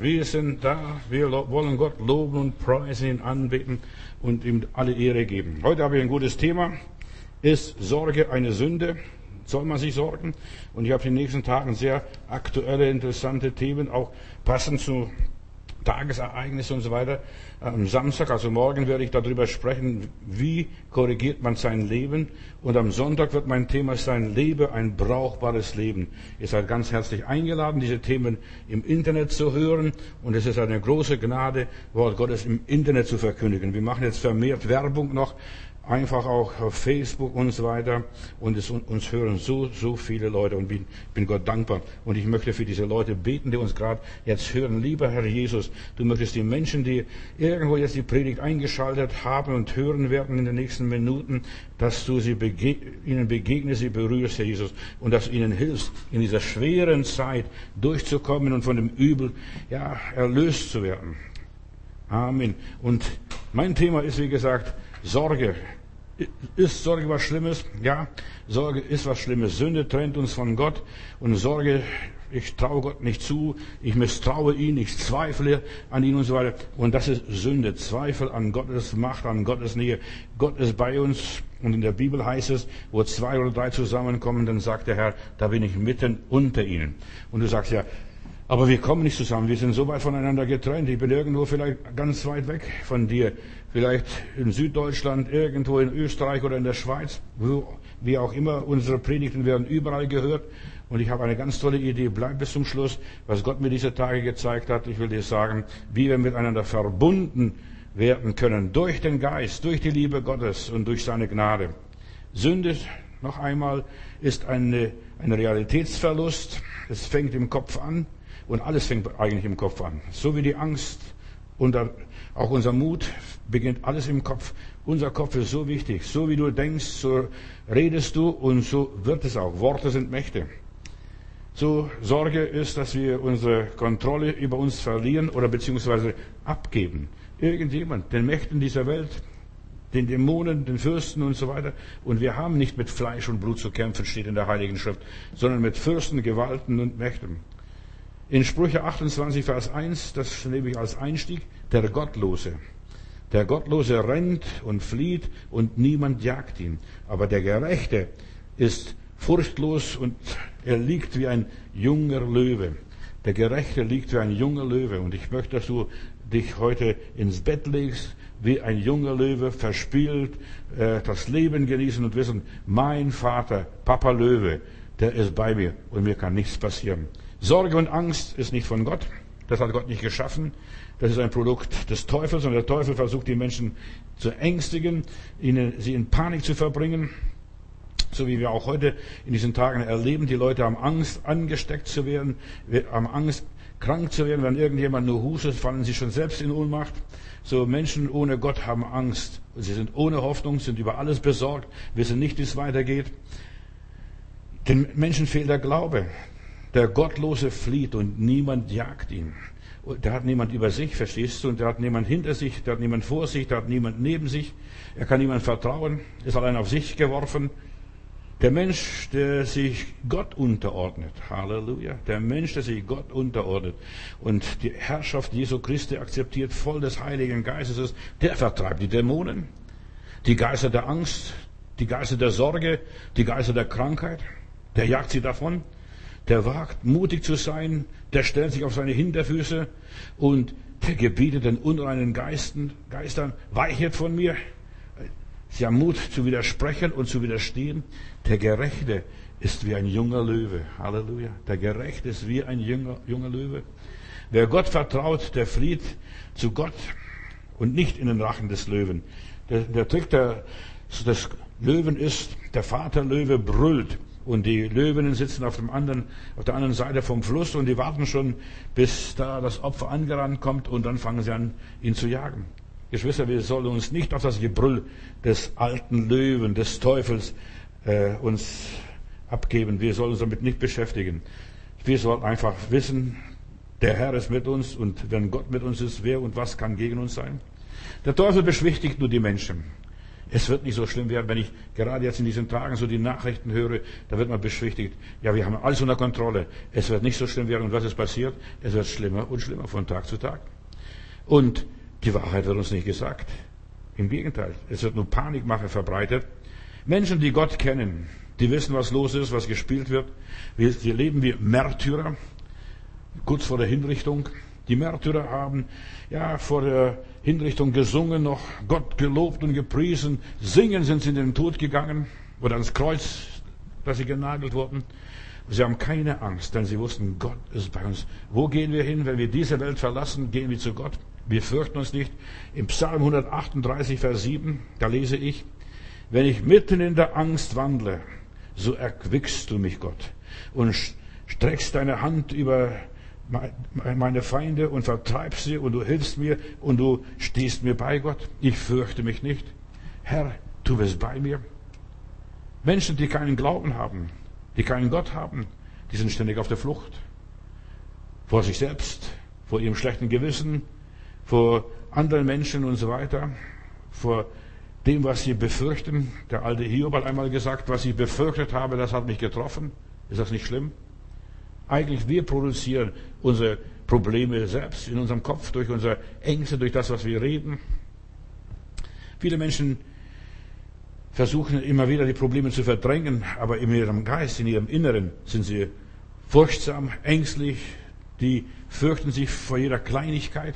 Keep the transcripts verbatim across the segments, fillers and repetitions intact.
Wir sind da, wir wollen Gott loben und preisen, ihn anbeten und ihm alle Ehre geben. Heute habe ich ein gutes Thema. Ist Sorge eine Sünde? Soll man sich sorgen? Und ich habe in den nächsten Tagen sehr aktuelle, interessante Themen, auch passend zu Tagesereignisse und so weiter. Am Samstag, also morgen, werde ich darüber sprechen, wie korrigiert man sein Leben. Und am Sonntag wird mein Thema sein, lebe ein brauchbares Leben. Ihr seid ganz herzlich eingeladen, diese Themen im Internet zu hören. Und es ist eine große Gnade, Wort Gottes im Internet zu verkündigen. Wir machen jetzt vermehrt Werbung noch, einfach auch auf Facebook und so weiter. Und es, uns hören so, so viele Leute und bin, bin Gott dankbar. Und ich möchte für diese Leute beten, die uns gerade jetzt hören. Lieber Herr Jesus, du möchtest die Menschen, die irgendwo jetzt die Predigt eingeschaltet haben und hören werden in den nächsten Minuten, dass du sie bege- ihnen begegnest, sie berührst, Herr Jesus, und dass du ihnen hilfst, in dieser schweren Zeit durchzukommen und von dem Übel, ja, erlöst zu werden. Amen. Und mein Thema ist, wie gesagt, Sorge. Ist Sorge was Schlimmes? Ja, Sorge ist was Schlimmes. Sünde trennt uns von Gott und Sorge, ich traue Gott nicht zu, ich misstraue ihn, ich zweifle an ihn und so weiter. Und das ist Sünde. Zweifel an Gottes Macht, an Gottes Nähe. Gott ist bei uns und in der Bibel heißt es, wo zwei oder drei zusammenkommen, dann sagt der Herr, da bin ich mitten unter ihnen. Und du sagst ja, aber wir kommen nicht zusammen, wir sind so weit voneinander getrennt. Ich bin irgendwo vielleicht ganz weit weg von dir. Vielleicht in Süddeutschland, irgendwo in Österreich oder in der Schweiz. Wo, wie auch immer, unsere Predigten werden überall gehört. Und ich habe eine ganz tolle Idee. Bleib bis zum Schluss, was Gott mir diese Tage gezeigt hat. Ich will dir sagen, wie wir miteinander verbunden werden können. Durch den Geist, durch die Liebe Gottes und durch seine Gnade. Sünde, noch einmal, ist eine, ein Realitätsverlust. Es fängt im Kopf an. Und alles fängt eigentlich im Kopf an. So wie die Angst und auch unser Mut beginnt alles im Kopf. Unser Kopf ist so wichtig. So wie du denkst, so redest du und so wird es auch. Worte sind Mächte. So Sorge ist, dass wir unsere Kontrolle über uns verlieren oder beziehungsweise abgeben. Irgendjemand, den Mächten dieser Welt, den Dämonen, den Fürsten und so weiter. Und wir haben nicht mit Fleisch und Blut zu kämpfen, steht in der Heiligen Schrift, sondern mit Fürsten, Gewalten und Mächten. In Sprüche achtundzwanzig, Vers eins, das nehme ich als Einstieg, der Gottlose. Der Gottlose rennt und flieht und niemand jagt ihn. Aber der Gerechte ist furchtlos und er liegt wie ein junger Löwe. Der Gerechte liegt wie ein junger Löwe. Und ich möchte, dass du dich heute ins Bett legst, wie ein junger Löwe, verspielt, äh, das Leben genießen und wissen, mein Vater, Papa Löwe, der ist bei mir und mir kann nichts passieren. Sorge und Angst ist nicht von Gott. Das hat Gott nicht geschaffen. Das ist ein Produkt des Teufels. Und der Teufel versucht, die Menschen zu ängstigen, ihnen, sie in Panik zu verbringen. So wie wir auch heute in diesen Tagen erleben, die Leute haben Angst, angesteckt zu werden, haben Angst, krank zu werden. Wenn irgendjemand nur hustet, fallen sie schon selbst in Ohnmacht. So Menschen ohne Gott haben Angst. Sie sind ohne Hoffnung, sind über alles besorgt, wissen nicht, wie es weitergeht. Den Menschen fehlt der Glaube. Der Gottlose flieht und niemand jagt ihn. Der hat niemand über sich, verstehst du? Und der hat niemand hinter sich, der hat niemand vor sich, der hat niemand neben sich. Er kann niemand vertrauen, ist allein auf sich geworfen. Der Mensch, der sich Gott unterordnet, Halleluja, der Mensch, der sich Gott unterordnet und die Herrschaft Jesu Christi akzeptiert, voll des Heiligen Geistes ist, der vertreibt die Dämonen, die Geister der Angst, die Geister der Sorge, die Geister der Krankheit, der jagt sie davon. Der wagt, mutig zu sein, der stellt sich auf seine Hinterfüße und der gebietet den unreinen Geisten, Geistern, weichet von mir. Sie haben Mut zu widersprechen und zu widerstehen. Der Gerechte ist wie ein junger Löwe. Halleluja. Der Gerechte ist wie ein junger, junger Löwe. Wer Gott vertraut, der flieht zu Gott und nicht in den Rachen des Löwen. Der, der Trick der, des Löwen ist, der Vaterlöwe brüllt. Und die Löwinnen sitzen auf dem anderen, auf der anderen Seite vom Fluss und die warten schon, bis da das Opfer angerannt kommt und dann fangen sie an, ihn zu jagen. Geschwister, wir sollen uns nicht auf das Gebrüll des alten Löwen, des Teufels, äh, uns abgeben. Wir sollen uns damit nicht beschäftigen. Wir sollten einfach wissen, der Herr ist mit uns und wenn Gott mit uns ist, wer und was kann gegen uns sein? Der Teufel beschwichtigt nur die Menschen. Es wird nicht so schlimm werden, wenn ich gerade jetzt in diesen Tagen so die Nachrichten höre, da wird man beschwichtigt, ja, wir haben alles unter Kontrolle. Es wird nicht so schlimm werden. Und was ist passiert? Es wird schlimmer und schlimmer von Tag zu Tag. Und die Wahrheit wird uns nicht gesagt. Im Gegenteil, es wird nur Panikmache verbreitet. Menschen, die Gott kennen, die wissen, was los ist, was gespielt wird. Wir, sie leben wie Märtyrer, kurz vor der Hinrichtung. Die Märtyrer haben ja vor der Hinrichtung gesungen, noch Gott gelobt und gepriesen. Singen sind sie in den Tod gegangen oder ans Kreuz, dass sie genagelt wurden. Sie haben keine Angst, denn sie wussten, Gott ist bei uns. Wo gehen wir hin, wenn wir diese Welt verlassen? Gehen wir zu Gott. Wir fürchten uns nicht. Im Psalm hundertachtunddreißig, Vers sieben, da lese ich, wenn ich mitten in der Angst wandle, so erquickst du mich, Gott, und streckst deine Hand über meine Feinde und vertreibst sie und du hilfst mir und du stehst mir bei, Gott. Ich fürchte mich nicht. Herr, du bist bei mir. Menschen, die keinen Glauben haben, die keinen Gott haben, die sind ständig auf der Flucht. Vor sich selbst, vor ihrem schlechten Gewissen, vor anderen Menschen und so weiter, vor dem, was sie befürchten. Der alte Hiob hat einmal gesagt, was ich befürchtet habe, das hat mich getroffen. Ist das nicht schlimm? Eigentlich, wir produzieren unsere Probleme selbst in unserem Kopf, durch unsere Ängste, durch das, was wir reden. Viele Menschen versuchen immer wieder, die Probleme zu verdrängen, aber in ihrem Geist, in ihrem Inneren sind sie furchtsam, ängstlich, die fürchten sich vor jeder Kleinigkeit.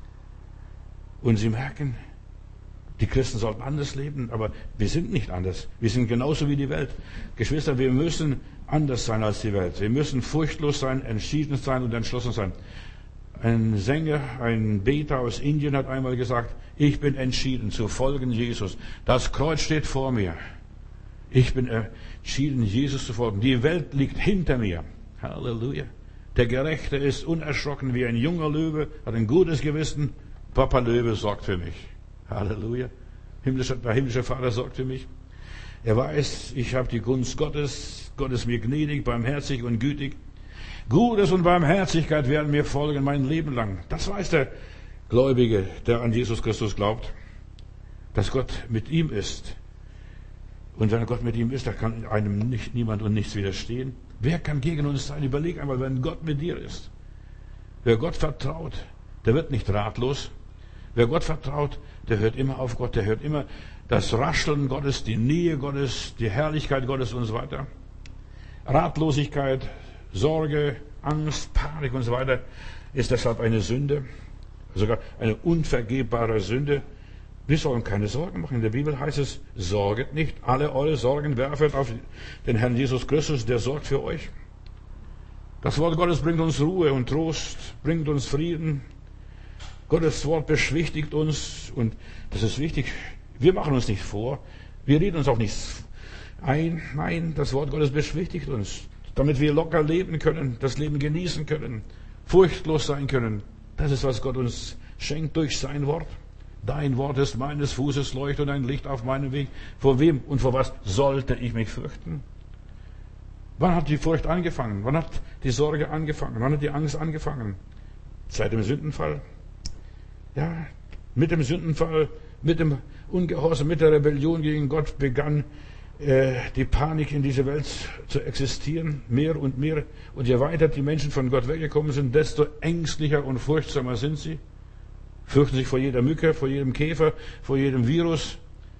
Und sie merken, die Christen sollten anders leben, aber wir sind nicht anders. Wir sind genauso wie die Welt. Geschwister, wir müssen anders sein als die Welt. Wir müssen furchtlos sein, entschieden sein und entschlossen sein. Ein Sänger, ein Beter aus Indien hat einmal gesagt, ich bin entschieden zu folgen Jesus. Das Kreuz steht vor mir. Ich bin entschieden, Jesus zu folgen. Die Welt liegt hinter mir. Halleluja. Der Gerechte ist unerschrocken wie ein junger Löwe, hat ein gutes Gewissen. Papa Löwe sorgt für mich. Halleluja. Himmlischer, der himmlische Vater sorgt für mich. Er weiß, ich habe die Gunst Gottes. Gott ist mir gnädig, barmherzig und gütig. Gutes und Barmherzigkeit werden mir folgen mein Leben lang. Das weiß der Gläubige, der an Jesus Christus glaubt, dass Gott mit ihm ist. Und wenn Gott mit ihm ist, da kann einem nicht, niemand und nichts widerstehen. Wer kann gegen uns sein? Überleg einmal, wenn Gott mit dir ist. Wer Gott vertraut, der wird nicht ratlos. Wer Gott vertraut, der hört immer auf Gott, der hört immer das Rascheln Gottes, die Nähe Gottes, die Herrlichkeit Gottes und so weiter. Ratlosigkeit, Sorge, Angst, Panik und so weiter ist deshalb eine Sünde, sogar eine unvergebbare Sünde. Wir sollen keine Sorgen machen. In der Bibel heißt es, sorget nicht. Alle eure Sorgen werfet auf den Herrn Jesus Christus, der sorgt für euch. Das Wort Gottes bringt uns Ruhe und Trost, bringt uns Frieden. Gottes Wort beschwichtigt uns und das ist wichtig. Wir machen uns nicht vor. Wir reden uns auch nichts ein. Nein, das Wort Gottes beschwichtigt uns, damit wir locker leben können, das Leben genießen können, furchtlos sein können. Das ist, was Gott uns schenkt durch sein Wort. Dein Wort ist meines Fußes Leuchte und ein Licht auf meinem Weg. Vor wem und vor was sollte ich mich fürchten? Wann hat die Furcht angefangen? Wann hat die Sorge angefangen? Wann hat die Angst angefangen? Seit dem Sündenfall? Ja, mit dem Sündenfall, mit dem Ungehorsam, mit der Rebellion gegen Gott begann äh, die Panik in dieser Welt zu existieren, mehr und mehr. Und je weiter die Menschen von Gott weggekommen sind, desto ängstlicher und furchtsamer sind sie. Fürchten sich vor jeder Mücke, vor jedem Käfer, vor jedem Virus.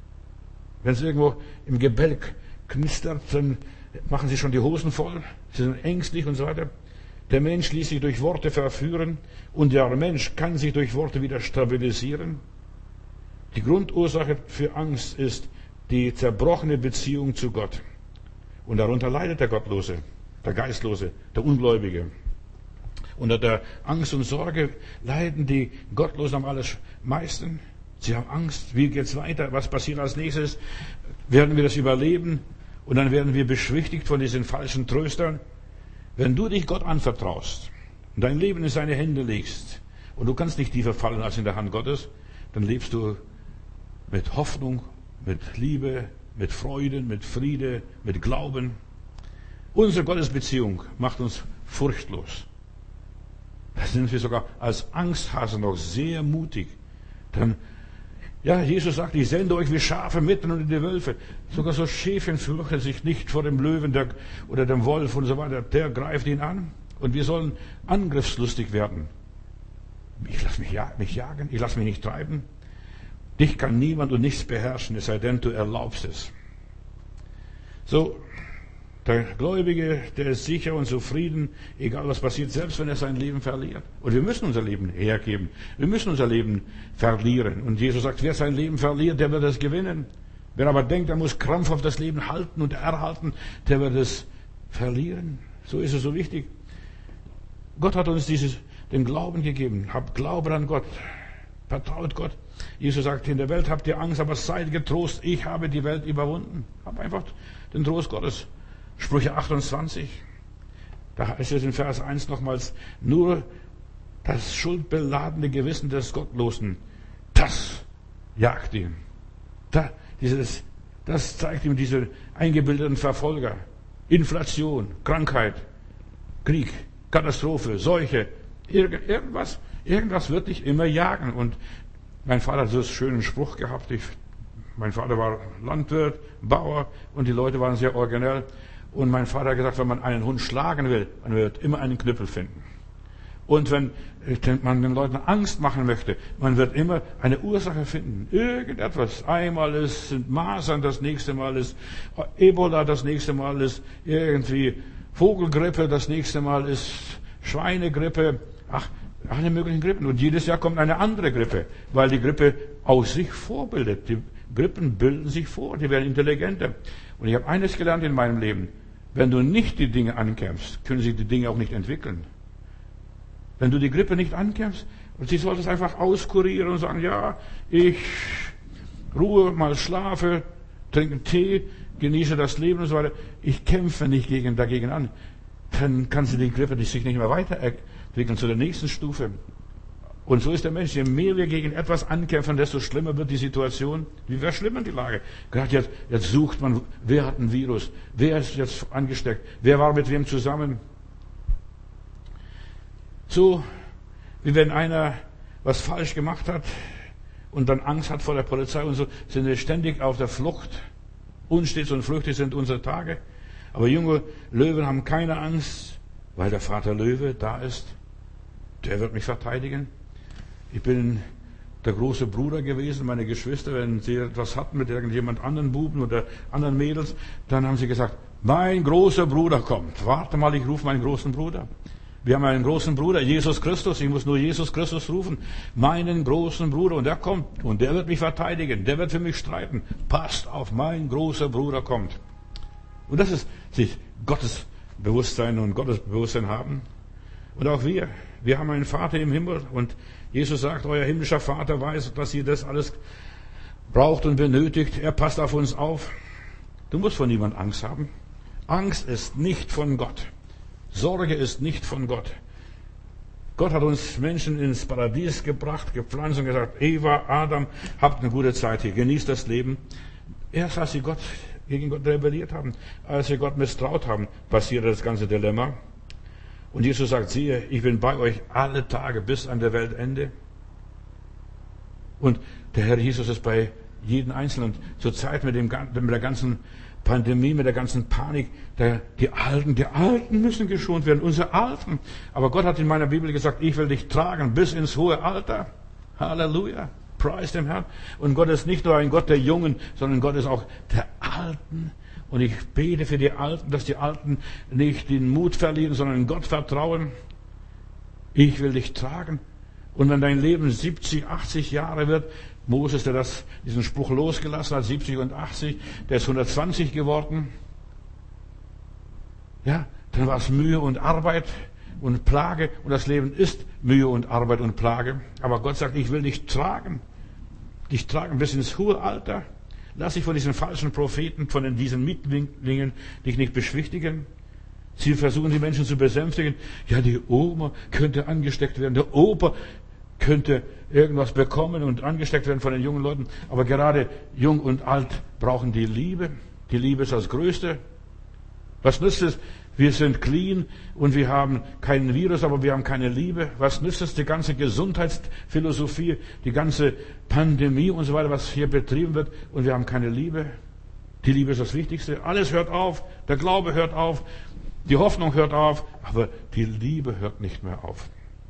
Wenn es irgendwo im Gebälk knistert, dann machen sie schon die Hosen voll. Sie sind ängstlich und so weiter. Der Mensch ließ sich durch Worte verführen und der Mensch kann sich durch Worte wieder stabilisieren. Die Grundursache für Angst ist die zerbrochene Beziehung zu Gott. Und darunter leidet der Gottlose, der Geistlose, der Ungläubige. Unter der Angst und Sorge leiden die Gottlosen am allermeisten. Sie haben Angst, wie geht's weiter, was passiert als nächstes, werden wir das überleben? Und dann werden wir beschwichtigt von diesen falschen Tröstern. Wenn du dich Gott anvertraust und dein Leben in seine Hände legst und du kannst nicht tiefer fallen als in der Hand Gottes, dann lebst du mit Hoffnung, mit Liebe, mit Freuden, mit Friede, mit Glauben. Unsere Gottesbeziehung macht uns furchtlos. Da sind wir sogar als Angsthasen noch sehr mutig. Dann Ja, Jesus sagt, ich sende euch wie Schafe mitten unter die Wölfe. Sogar so Schäfchen fürchten sich nicht vor dem Löwen der, oder dem Wolf und so weiter. Der greift ihn an. Und wir sollen angriffslustig werden. Ich lasse mich, ja, mich jagen, ich lasse mich nicht treiben. Dich kann niemand und nichts beherrschen, es sei denn, du erlaubst es. So, der Gläubige, der ist sicher und zufrieden, egal was passiert, selbst wenn er sein Leben verliert. Und wir müssen unser Leben hergeben. Wir müssen unser Leben verlieren. Und Jesus sagt, wer sein Leben verliert, der wird es gewinnen. Wer aber denkt, er muss krampfhaft das Leben halten und erhalten, der wird es verlieren. So ist es so wichtig. Gott hat uns dieses, den Glauben gegeben. Habt Glauben an Gott. Vertraut Gott. Jesus sagt, in der Welt habt ihr Angst, aber seid getrost. Ich habe die Welt überwunden. Hab einfach den Trost Gottes. Sprüche achtundzwanzig. Da heißt es in Vers eins nochmals, nur das schuldbeladene Gewissen des Gottlosen, das jagt ihn. Da, dieses, das zeigt ihm diese eingebildeten Verfolger. Inflation, Krankheit, Krieg, Katastrophe, Seuche, irgend, irgendwas, irgendwas wird dich immer jagen. Und mein Vater hat so einen schönen Spruch gehabt. Ich, mein Vater war Landwirt, Bauer und die Leute waren sehr originell. Und mein Vater hat gesagt, wenn man einen Hund schlagen will, man wird immer einen Knüppel finden. Und wenn man den Leuten Angst machen möchte, man wird immer eine Ursache finden. Irgendetwas. Einmal ist sind Masern, das nächste Mal ist Ebola, das nächste Mal ist irgendwie Vogelgrippe, das nächste Mal ist Schweinegrippe. Ach, alle möglichen Grippen. Und jedes Jahr kommt eine andere Grippe, weil die Grippe aus sich vorbildet. Die Grippen bilden sich vor, die werden intelligenter. Und ich habe eines gelernt in meinem Leben. Wenn du nicht die Dinge ankämpfst, können sich die Dinge auch nicht entwickeln. Wenn du die Grippe nicht ankämpfst, und sie sollte es einfach auskurieren und sagen, ja, ich ruhe, mal schlafe, trinke Tee, genieße das Leben und so weiter. Ich kämpfe nicht gegen, dagegen an. Dann kann sie die Grippe sich nicht mehr weiterentwickeln zu der nächsten Stufe. Und so ist der Mensch. Je mehr wir gegen etwas ankämpfen, desto schlimmer wird die Situation. Wir verschlimmern die Lage. Gerade jetzt, jetzt sucht man, wer hat ein Virus? Wer ist jetzt angesteckt? Wer war mit wem zusammen? So, wie wenn einer was falsch gemacht hat und dann Angst hat vor der Polizei und so, sind wir ständig auf der Flucht. Unstets und flüchtig sind unsere Tage. Aber junge Löwen haben keine Angst, weil der Vater Löwe da ist. Der wird mich verteidigen. Ich bin der große Bruder gewesen, meine Geschwister, wenn sie etwas hatten mit irgendjemand anderen Buben oder anderen Mädels, dann haben sie gesagt, mein großer Bruder kommt. Warte mal, ich rufe meinen großen Bruder. Wir haben einen großen Bruder, Jesus Christus. Ich muss nur Jesus Christus rufen. Meinen großen Bruder. Und der kommt. Und der wird mich verteidigen. Der wird für mich streiten. Passt auf, mein großer Bruder kommt. Und das ist sich Gottes Bewusstsein und Gottes Bewusstsein haben. Und auch wir. Wir haben einen Vater im Himmel. Und Jesus sagt, euer himmlischer Vater weiß, dass ihr das alles braucht und benötigt. Er passt auf uns auf. Du musst vor niemand Angst haben. Angst ist nicht von Gott. Sorge ist nicht von Gott. Gott hat uns Menschen ins Paradies gebracht, gepflanzt und gesagt, Eva, Adam, habt eine gute Zeit hier, genießt das Leben. Erst als sie Gott, gegen Gott rebelliert haben, als sie Gott misstraut haben, passierte das ganze Dilemma. Und Jesus sagt, siehe, ich bin bei euch alle Tage bis an der Weltende. Und der Herr Jesus ist bei jedem Einzelnen. Zur Zeit mit, dem, mit der ganzen Pandemie, mit der ganzen Panik, der, die Alten, die Alten müssen geschont werden, unsere Alten. Aber Gott hat in meiner Bibel gesagt, ich will dich tragen bis ins hohe Alter. Halleluja. Preis dem Herrn. Und Gott ist nicht nur ein Gott der Jungen, sondern Gott ist auch der Alten. Und ich bete für die Alten, dass die Alten nicht den Mut verlieren, sondern Gott vertrauen. Ich will dich tragen. Und wenn dein Leben siebzig, achtzig Jahre wird, Moses, der das, diesen Spruch losgelassen hat, siebzig und achtzig, der ist hundertzwanzig geworden. Ja, dann war es Mühe und Arbeit und Plage. Und das Leben ist Mühe und Arbeit und Plage. Aber Gott sagt, ich will dich tragen. Dich tragen bis ins hohe Alter. Lass dich von diesen falschen Propheten, von diesen Mitwinklingen dich nicht beschwichtigen. Sie versuchen, die Menschen zu besänftigen. Ja, die Oma könnte angesteckt werden. Der Opa könnte irgendwas bekommen und angesteckt werden von den jungen Leuten. Aber gerade jung und alt brauchen die Liebe. Die Liebe ist das Größte. Was nützt es, wir sind clean und wir haben keinen Virus, aber wir haben keine Liebe. Was nützt es, die ganze Gesundheitsphilosophie, die ganze Pandemie und so weiter, was hier betrieben wird, und wir haben keine Liebe? Die Liebe ist das Wichtigste. Alles hört auf, der Glaube hört auf, die Hoffnung hört auf, aber die Liebe hört nicht mehr auf.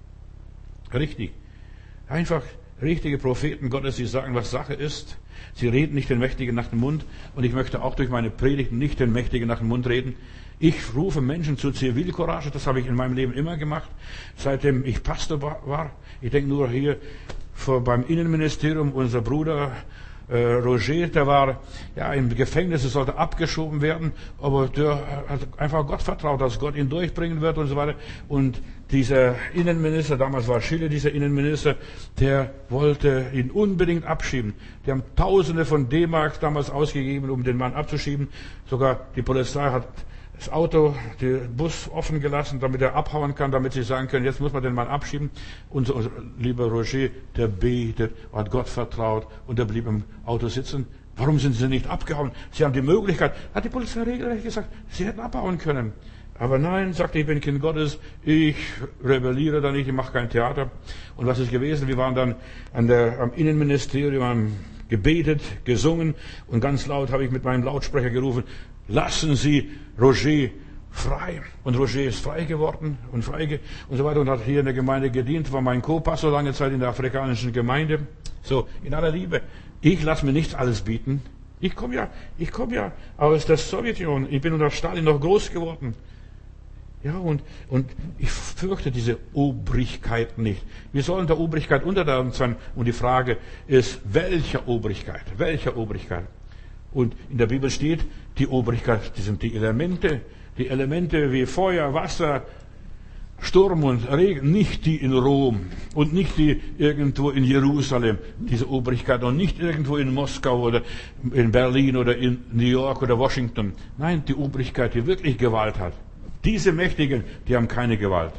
Richtig. Einfach richtige Propheten Gottes, die sagen, was Sache ist. Sie reden nicht den Mächtigen nach dem Mund, und ich möchte auch durch meine Predigten nicht den Mächtigen nach dem Mund reden. Ich rufe Menschen zu Zivilcourage, das habe ich in meinem Leben immer gemacht, seitdem ich Pastor war. Ich denke nur hier vor, beim Innenministerium, unser Bruder äh, Roger, der war ja im Gefängnis, es sollte abgeschoben werden, aber der hat einfach Gott vertraut, dass Gott ihn durchbringen wird und so weiter. Und dieser Innenminister, damals war Chile dieser Innenminister, der wollte ihn unbedingt abschieben. Die haben Tausende von D-Mark damals ausgegeben, um den Mann abzuschieben. Sogar die Polizei hat das Auto, den Bus offen gelassen, damit er abhauen kann, damit sie sagen können, jetzt muss man den Mann abschieben. Unser, unser lieber Roger, der betet, hat Gott vertraut, und er blieb im Auto sitzen. Warum sind sie nicht abgehauen? Sie haben die Möglichkeit, hat die Polizei regelrecht gesagt, sie hätten abhauen können. Aber nein, sagte, ich bin Kind Gottes, ich rebelliere da nicht, ich mache kein Theater. Und was ist gewesen? Wir waren dann an der, am Innenministerium, haben gebetet, gesungen, und ganz laut habe ich mit meinem Lautsprecher gerufen, lassen Sie Roger frei. Und Roger ist frei geworden und frei und so weiter und hat hier in der Gemeinde gedient, war mein Co-Pastor lange Zeit in der afrikanischen Gemeinde. So, in aller Liebe, ich lasse mir nichts alles bieten. Ich komme ja, ich komme ja aus der Sowjetunion. Ich bin unter Stalin noch groß geworden. Ja, und, und ich fürchte diese Obrigkeit nicht. Wir sollen der Obrigkeit untertan sein. Und die Frage ist, welcher Obrigkeit? Welcher Obrigkeit? Und in der Bibel steht, die Obrigkeit, die sind die Elemente. Die Elemente wie Feuer, Wasser, Sturm und Regen, nicht die in Rom und nicht die irgendwo in Jerusalem, diese Obrigkeit, und nicht irgendwo in Moskau oder in Berlin oder in New York oder Washington. Nein, die Obrigkeit, die wirklich Gewalt hat. Diese Mächtigen, die haben keine Gewalt.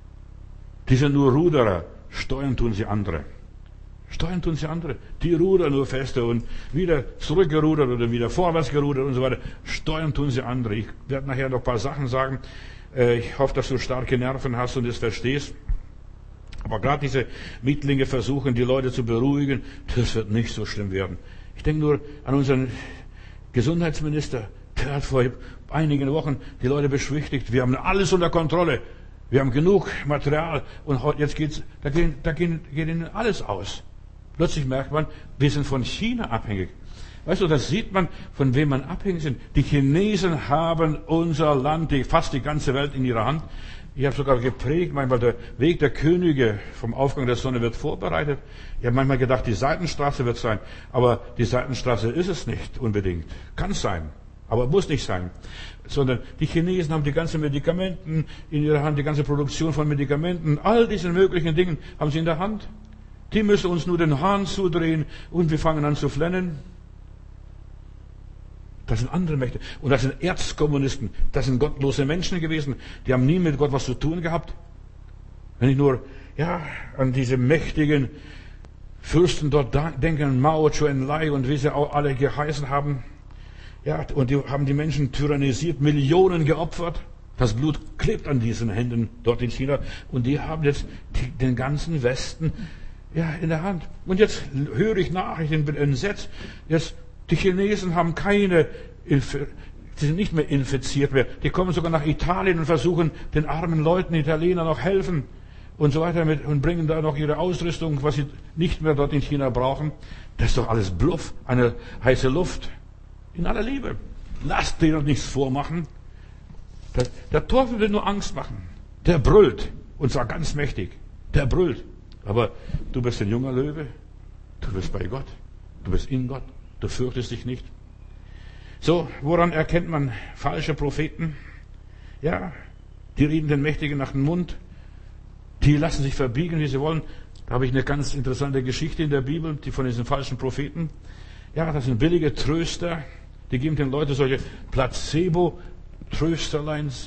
Die sind nur Ruderer. Steuern tun sie andere. Steuern tun sie andere. Die rudern nur feste und wieder zurückgerudert oder wieder vorwärts gerudert und so weiter. Steuern tun sie andere. Ich werde nachher noch ein paar Sachen sagen. Ich hoffe, dass du starke Nerven hast und es verstehst. Aber gerade diese Mietlinge versuchen, die Leute zu beruhigen. Das wird nicht so schlimm werden. Ich denke nur an unseren Gesundheitsminister. Der hat vor einigen Wochen die Leute beschwichtigt. Wir haben alles unter Kontrolle. Wir haben genug Material. Und jetzt geht's, da geht, da geht, geht ihnen alles aus. Plötzlich merkt man, wir sind von China abhängig. Weißt du, das sieht man, von wem man abhängig sind. Die Chinesen haben unser Land, die, fast die ganze Welt in ihrer Hand. Ich habe sogar geprägt, manchmal der Weg der Könige vom Aufgang der Sonne wird vorbereitet. Ich habe manchmal gedacht, die Seitenstraße wird sein. Aber die Seitenstraße ist es nicht unbedingt. Kann sein. Aber muss nicht sein. Sondern die Chinesen haben die ganzen Medikamenten in ihrer Hand, die ganze Produktion von Medikamenten, all diese möglichen Dinge haben sie in der Hand. Die müssen uns nur den Hahn zudrehen und wir fangen an zu flennen. Das sind andere Mächte. Und das sind Erzkommunisten. Das sind gottlose Menschen gewesen. Die haben nie mit Gott was zu tun gehabt. Wenn ich nur, ja, an diese mächtigen Fürsten dort denken, Mao, Zhou Enlai und wie sie auch alle geheißen haben. Ja, und die haben die Menschen tyrannisiert, Millionen geopfert. Das Blut klebt an diesen Händen dort in China. Und die haben jetzt die, den ganzen Westen, ja, in der Hand. Und jetzt höre ich Nachrichten, bin entsetzt. Jetzt, die Chinesen haben keine, sie sind nicht mehr infiziert mehr. Die kommen sogar nach Italien und versuchen den armen Leuten, Italienern noch helfen und so weiter mit, und bringen da noch ihre Ausrüstung, was sie nicht mehr dort in China brauchen. Das ist doch alles Bluff, eine heiße Luft. In aller Liebe. Lasst dir doch nichts vormachen. Der, der Teufel will nur Angst machen. Der brüllt. Und zwar ganz mächtig. Der brüllt. Aber du bist ein junger Löwe. Du bist bei Gott. Du bist in Gott. Du fürchtest dich nicht. So, woran erkennt man falsche Propheten? Ja, die reden den Mächtigen nach dem Mund. Die lassen sich verbiegen, wie sie wollen. Da habe ich eine ganz interessante Geschichte in der Bibel, die von diesen falschen Propheten. Ja, das sind billige Tröster. Die geben den Leuten solche Placebo-Trösterleins.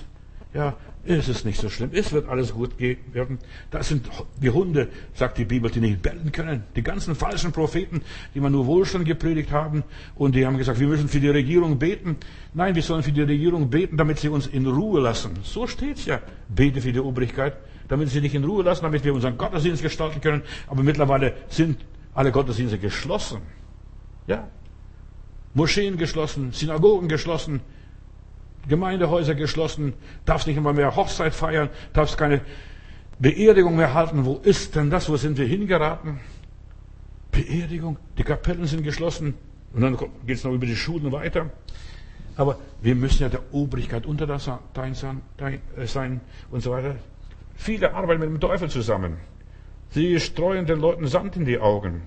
Ja, es ist nicht so schlimm. Es wird alles gut werden. Das sind die Hunde, sagt die Bibel, die nicht bellen können. Die ganzen falschen Propheten, die man nur Wohlstand gepredigt haben. Und die haben gesagt, wir müssen für die Regierung beten. Nein, wir sollen für die Regierung beten, damit sie uns in Ruhe lassen. So steht's ja. Bete für die Obrigkeit, damit sie dich in Ruhe lassen, damit wir unseren Gottesdienst gestalten können. Aber mittlerweile sind alle Gottesdienste geschlossen. Ja. Moscheen geschlossen, Synagogen geschlossen, Gemeindehäuser geschlossen, darfst nicht einmal mehr Hochzeit feiern, darfst keine Beerdigung mehr halten. Wo ist denn das? Wo sind wir hingeraten? Beerdigung, die Kapellen sind geschlossen und dann geht es noch über die Schulen weiter. Aber wir müssen ja der Obrigkeit untertan sein und so weiter. Viele arbeiten mit dem Teufel zusammen. Sie streuen den Leuten Sand in die Augen.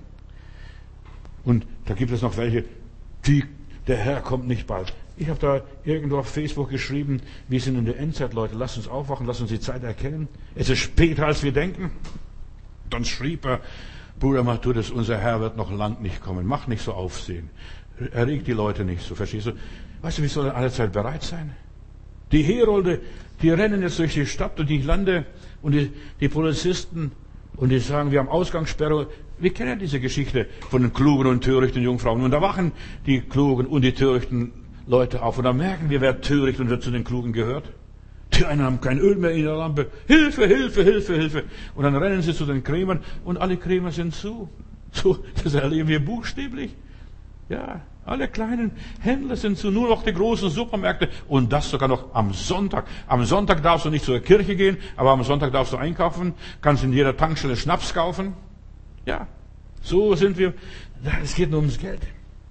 Und da gibt es noch welche, die, der Herr kommt nicht bald. Ich habe da irgendwo auf Facebook geschrieben, wir sind in der Endzeit, Leute, lasst uns aufwachen, lasst uns die Zeit erkennen. Es ist später, als wir denken. Dann schrieb er, Bruder Matthäus, unser Herr wird noch lang nicht kommen. Mach nicht so Aufsehen. Erregt die Leute nicht so, verstehst du? Weißt du, wir sollen alle Zeit bereit sein. Die Herolde, die rennen jetzt durch die Stadt und die Lande und die, die Polizisten und die sagen, wir haben Ausgangssperre. Wir kennen diese Geschichte von den klugen und törichten Jungfrauen. Und da wachen die klugen und die törichten Leute auf. Und dann merken wir, wer töricht und wer zu den Klugen gehört. Die einen haben kein Öl mehr in der Lampe. Hilfe, Hilfe, Hilfe, Hilfe. Und dann rennen sie zu den Krämern und alle Krämer sind zu. So, das erleben wir buchstäblich. Ja, alle kleinen Händler sind zu, nur noch die großen Supermärkte. Und das sogar noch am Sonntag. Am Sonntag darfst du nicht zur Kirche gehen, aber am Sonntag darfst du einkaufen. Kannst in jeder Tankstelle Schnaps kaufen. Ja, so sind wir. Es geht nur ums Geld.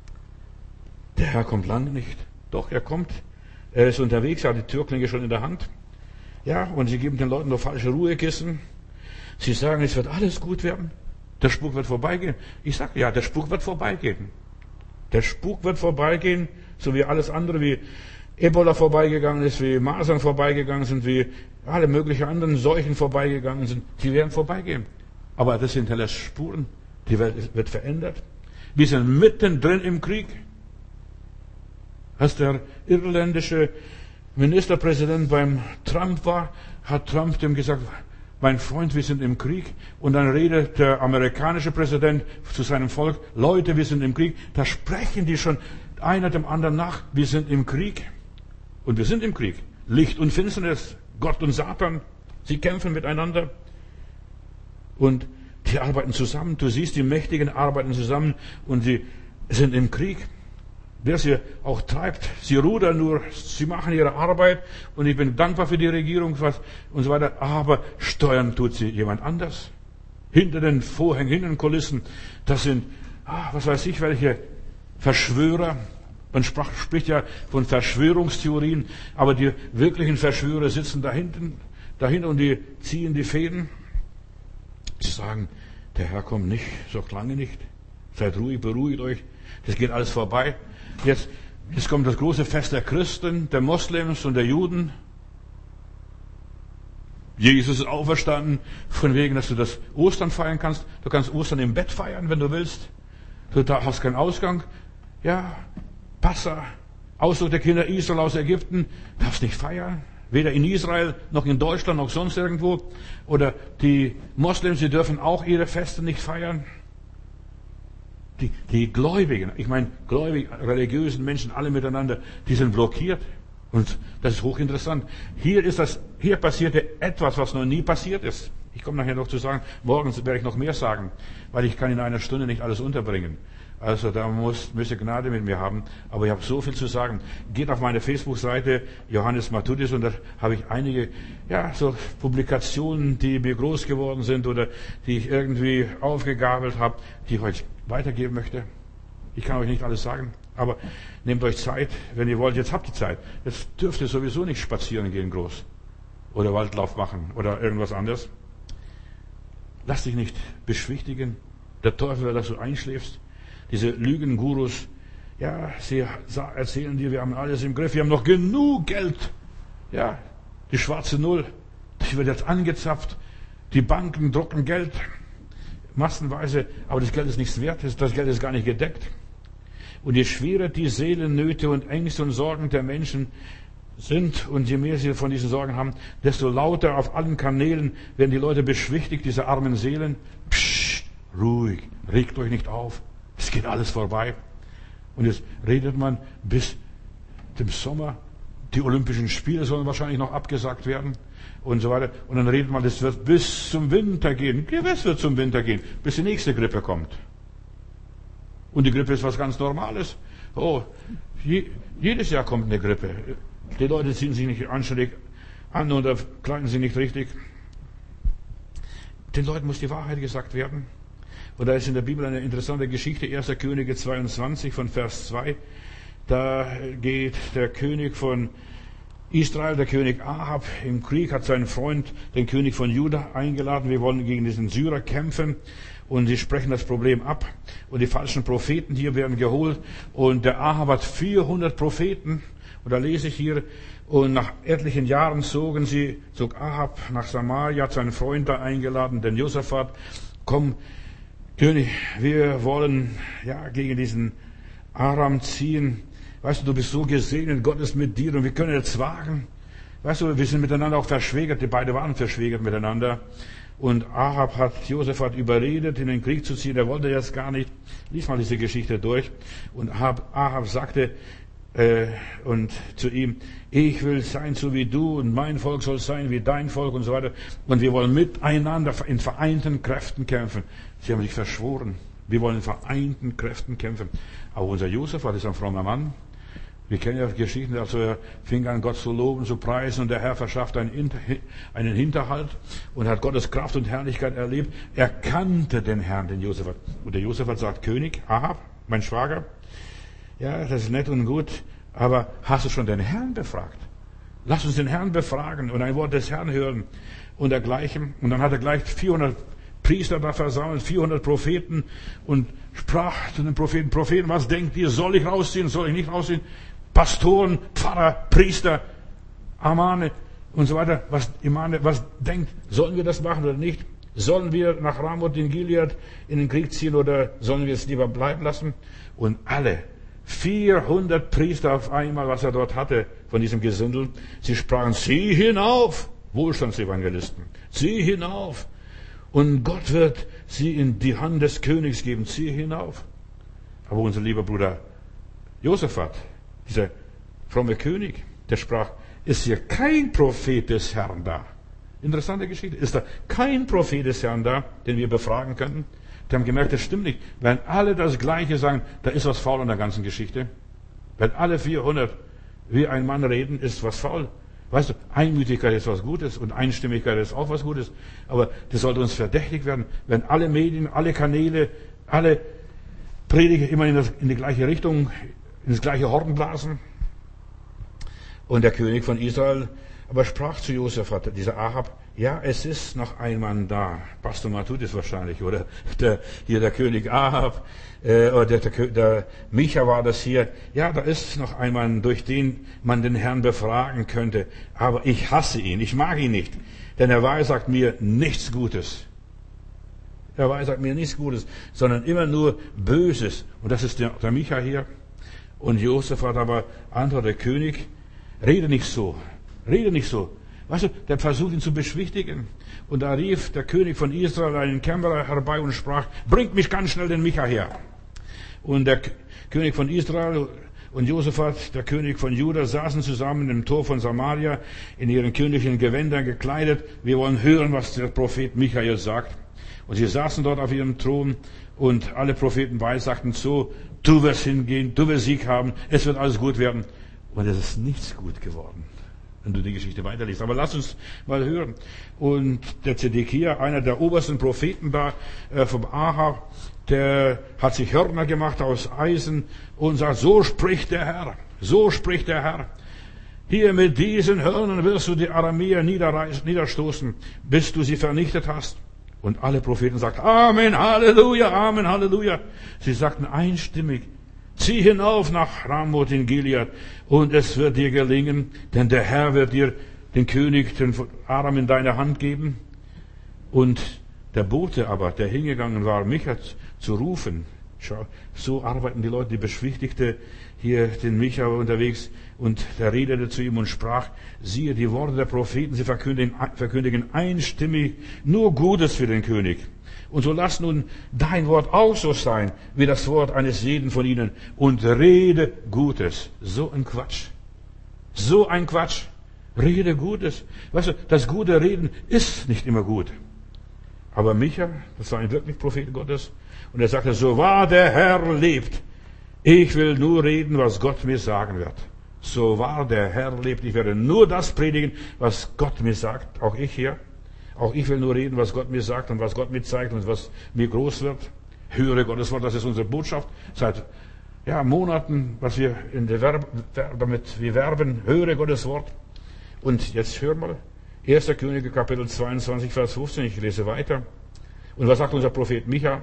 Der Herr kommt lange nicht. Doch, er kommt. Er ist unterwegs, er hat die Türklinge schon in der Hand. Ja, und sie geben den Leuten nur falsche Ruhekissen. Sie sagen, es wird alles gut werden. Der Spuk wird vorbeigehen. Ich sage, ja, der Spuk wird vorbeigehen. Der Spuk wird vorbeigehen, so wie alles andere, wie Ebola vorbeigegangen ist, wie Masern vorbeigegangen sind, wie alle möglichen anderen Seuchen vorbeigegangen sind. Die werden vorbeigehen. Aber das hinterlässt Spuren. Die Welt wird verändert. Wir sind mittendrin im Krieg. Als der irländische Ministerpräsident beim Trump war, hat Trump dem gesagt, mein Freund, wir sind im Krieg. Und dann redet der amerikanische Präsident zu seinem Volk, Leute, wir sind im Krieg. Da sprechen die schon einer dem anderen nach, wir sind im Krieg. Und wir sind im Krieg. Licht und Finsternis, Gott und Satan, sie kämpfen miteinander. Und die arbeiten zusammen. Du siehst, die Mächtigen arbeiten zusammen und sie sind im Krieg. Wer sie auch treibt, sie rudern nur, sie machen ihre Arbeit und ich bin dankbar für die Regierung und so weiter, aber steuern tut sie jemand anders. Hinter den Vorhängen, hinter den Kulissen, das sind, ah, was weiß ich, welche Verschwörer. Man sprach, spricht ja von Verschwörungstheorien, aber die wirklichen Verschwörer sitzen da hinten, dahinter und die ziehen die Fäden. Sie sagen, der Herr kommt nicht, so lange nicht. Seid ruhig, beruhigt euch, das geht alles vorbei. Jetzt, jetzt kommt das große Fest der Christen, der Moslems und der Juden. Jesus ist auferstanden, von wegen, dass du das Ostern feiern kannst. Du kannst Ostern im Bett feiern, wenn du willst. Du hast keinen Ausgang. Ja, Passa, Auszug der Kinder Israel aus Ägypten, darfst nicht feiern. Weder in Israel, noch in Deutschland, noch sonst irgendwo. Oder die Moslems, sie dürfen auch ihre Feste nicht feiern. Die, die Gläubigen, ich meine, gläubig, religiösen Menschen, alle miteinander, die sind blockiert. Und das ist hochinteressant. Hier ist das, hier passierte etwas, was noch nie passiert ist. Ich komme nachher noch zu sagen, morgen werde ich noch mehr sagen, weil ich kann in einer Stunde nicht alles unterbringen. Also da muss, müsst ihr Gnade mit mir haben. Aber ich habe so viel zu sagen. Geht auf meine Facebook-Seite, Johannes Matthäus, und da habe ich einige, ja, so Publikationen, die mir groß geworden sind oder die ich irgendwie aufgegabelt habe, die ich euch weitergeben möchte. Ich kann euch nicht alles sagen, aber nehmt euch Zeit, wenn ihr wollt. Jetzt habt ihr Zeit. Jetzt dürft ihr sowieso nicht spazieren gehen groß oder Waldlauf machen oder irgendwas anderes. Lass dich nicht beschwichtigen. Der Teufel will, dass du einschläfst. Diese Lügengurus, ja, sie erzählen dir, wir haben alles im Griff, wir haben noch genug Geld. Ja, die schwarze Null, die wird jetzt angezapft. Die Banken drucken Geld, massenweise, aber das Geld ist nichts wert, das Geld ist gar nicht gedeckt. Und je schwerer die Seelennöte und Ängste und Sorgen der Menschen sind und je mehr sie von diesen Sorgen haben, desto lauter auf allen Kanälen werden die Leute beschwichtigt, diese armen Seelen. Psst, ruhig, regt euch nicht auf, es geht alles vorbei. Und jetzt redet man bis zum Sommer, die Olympischen Spiele sollen wahrscheinlich noch abgesagt werden und so weiter. Und dann redet man, das wird bis zum Winter gehen. Ja, es wird zum Winter gehen, bis die nächste Grippe kommt. Und die Grippe ist was ganz Normales. Oh, je, jedes Jahr kommt eine Grippe. Die Leute ziehen sich nicht anständig an oder kleiden sich nicht richtig. Den Leuten muss die Wahrheit gesagt werden. Und da ist in der Bibel eine interessante Geschichte, erster Könige zweiundzwanzig von Vers zwei. Da geht der König von Israel, der König Ahab, im Krieg, hat seinen Freund, den König von Juda, eingeladen. Wir wollen gegen diesen Syrer kämpfen. Und sie sprechen das Problem ab. Und die falschen Propheten hier werden geholt. Und der Ahab hat vierhundert Propheten. Und da lese ich hier, und nach etlichen Jahren zogen sie, zog Ahab nach Samaria, hat seinen Freund da eingeladen, den Josaphat. Komm, König, wir wollen ja gegen diesen Aram ziehen. Weißt du, du bist so gesegnet, Gott ist mit dir und wir können jetzt wagen. Weißt du, wir sind miteinander auch verschwägert, die beiden waren verschwägert miteinander. Und Ahab hat Josaphat überredet, in den Krieg zu ziehen. Er wollte jetzt gar nicht. Lies mal diese Geschichte durch. Und Ahab, Ahab sagte äh, und zu ihm, ich will sein so wie du und mein Volk soll sein wie dein Volk und so weiter. Und wir wollen miteinander in vereinten Kräften kämpfen. Sie haben sich verschworen. Wir wollen in vereinten Kräften kämpfen. Aber unser Josaphat ist ein frommer Mann. Wir kennen ja Geschichten, also er fing an, Gott zu loben, zu preisen, und der Herr verschaffte einen Hinterhalt und hat Gottes Kraft und Herrlichkeit erlebt. Er kannte den Herrn, den Josaphat. Und der Josaphat sagt, König, Ahab, mein Schwager, ja, das ist nett und gut, aber hast du schon den Herrn befragt? Lass uns den Herrn befragen und ein Wort des Herrn hören und dergleichen. Und dann hat er gleich vierhundert Priester da versammelt, vierhundert Propheten, und sprach zu den Propheten, Propheten, was denkt ihr, soll ich rausziehen, soll ich nicht rausziehen? Pastoren, Pfarrer, Priester, Amane und so weiter. Was, Imane, was denkt, sollen wir das machen oder nicht? Sollen wir nach Ramoth in Gilead in den Krieg ziehen oder sollen wir es lieber bleiben lassen? Und alle, vierhundert Priester auf einmal, was er dort hatte von diesem Gesindel, sie sprachen, zieh hinauf, Wohlstandsevangelisten, zieh hinauf. Und Gott wird sie in die Hand des Königs geben, zieh hinauf. Aber unser lieber Bruder Josaphat, dieser fromme König, der sprach, ist hier kein Prophet des Herrn da? Interessante Geschichte. Ist da kein Prophet des Herrn da, den wir befragen könnten? Die haben gemerkt, das stimmt nicht. Wenn alle das Gleiche sagen, da ist was faul an der ganzen Geschichte. Wenn alle vierhundert wie ein Mann reden, ist was faul. Weißt du, Einmütigkeit ist was Gutes und Einstimmigkeit ist auch was Gutes. Aber das sollte uns verdächtig werden, wenn alle Medien, alle Kanäle, alle Prediger immer in, das, in die gleiche Richtung, in das gleiche Horn blasen. Und der König von Israel aber sprach zu Josaphat, dieser Ahab, ja, es ist noch ein Mann da. Pastor Matut ist wahrscheinlich, oder der, hier der König Ahab, äh, oder der, der, der Micha war das hier. Ja, da ist noch ein Mann, durch den man den Herrn befragen könnte. Aber ich hasse ihn, ich mag ihn nicht, denn er weissagt mir nichts Gutes. Er weissagt mir nichts Gutes, sondern immer nur Böses. Und das ist der, der Micha hier. Und Josaphat aber antwortete, König, rede nicht so. Rede nicht so. Weißt du, der versucht ihn zu beschwichtigen. Und da rief der König von Israel einen Kämmerer herbei und sprach, bringt mich ganz schnell den Micha her. Und der K- König von Israel und Josaphat, der König von Juda, saßen zusammen im Tor von Samaria, in ihren königlichen Gewändern gekleidet. Wir wollen hören, was der Prophet Micha jetzt sagt. Und sie saßen dort auf ihrem Thron und alle Propheten weissagten so, du wirst hingehen, du wirst Sieg haben, es wird alles gut werden. Und es ist nichts gut geworden, wenn du die Geschichte weiterliest. Aber lass uns mal hören. Und der Zedekia, einer der obersten Propheten da äh, vom Ahab, der hat sich Hörner gemacht aus Eisen und sagt, so spricht der Herr, so spricht der Herr. Hier mit diesen Hörnern wirst du die Aramäer niederstoßen, bis du sie vernichtet hast. Und alle Propheten sagten, Amen, Halleluja, Amen, Halleluja. Sie sagten einstimmig, zieh hinauf nach Ramoth in Gilead und es wird dir gelingen, denn der Herr wird dir den König, den Aram, in deine Hand geben. Und der Bote aber, der hingegangen war, Micha zu rufen, Schau, so arbeiten die Leute, die beschwichtigte hier den Micha unterwegs und der redete zu ihm und sprach, siehe, die Worte der Propheten, sie verkündigen, verkündigen einstimmig nur Gutes für den König. Und so lass nun dein Wort auch so sein, wie das Wort eines jeden von ihnen und rede Gutes. So ein Quatsch. So ein Quatsch. Rede Gutes. Weißt du, das gute Reden ist nicht immer gut. Aber Micha, das war ein wirklich Prophet Gottes, und er sagte, so wahr der Herr lebt, ich will nur reden, was Gott mir sagen wird. So wahr der Herr lebt, ich werde nur das predigen, was Gott mir sagt. Auch ich hier. Auch ich will nur reden, was Gott mir sagt und was Gott mir zeigt und was mir groß wird. Höre Gottes Wort, das ist unsere Botschaft. Seit ja, Monaten, was wir in der Verb, damit wir werben, höre Gottes Wort. Und jetzt hör mal. erster Könige, Kapitel zweiundzwanzig, Vers fünfzehn, ich lese weiter. Und was sagt unser Prophet Micha?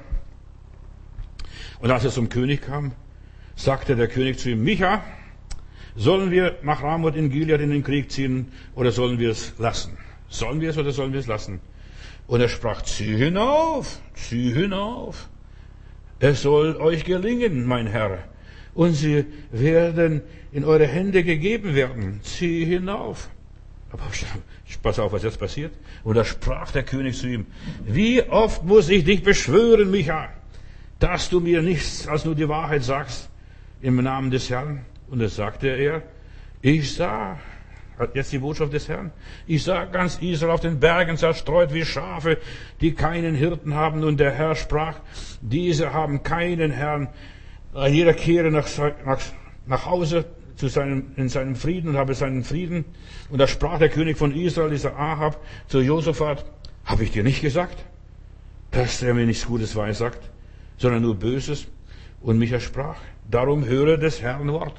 Und als es zum König kam, sagte der König zu ihm, Micha, sollen wir nach Ramoth in Gilead in den Krieg ziehen oder sollen wir es lassen? Sollen wir es oder sollen wir es lassen? Und er sprach, zieh hinauf, zieh hinauf. Es soll euch gelingen, mein Herr. Und sie werden in eure Hände gegeben werden. Zieh hinauf. Aber pass auf, was jetzt passiert. Und da sprach der König zu ihm, wie oft muss ich dich beschwören, Micha, dass du mir nichts als nur die Wahrheit sagst im Namen des Herrn. Und das sagte er, ich sah, jetzt die Botschaft des Herrn, ich sah ganz Israel auf den Bergen zerstreut wie Schafe, die keinen Hirten haben. Und der Herr sprach, diese haben keinen Herrn. Jeder kehre nach, nach, nach Hause zu seinem, in seinem Frieden und habe seinen Frieden. Und da sprach der König von Israel, dieser Ahab, zu Josaphat, habe ich dir nicht gesagt, dass er mir nichts Gutes weissagt, sondern nur Böses? Und Micha sprach, darum höre des Herrn Wort.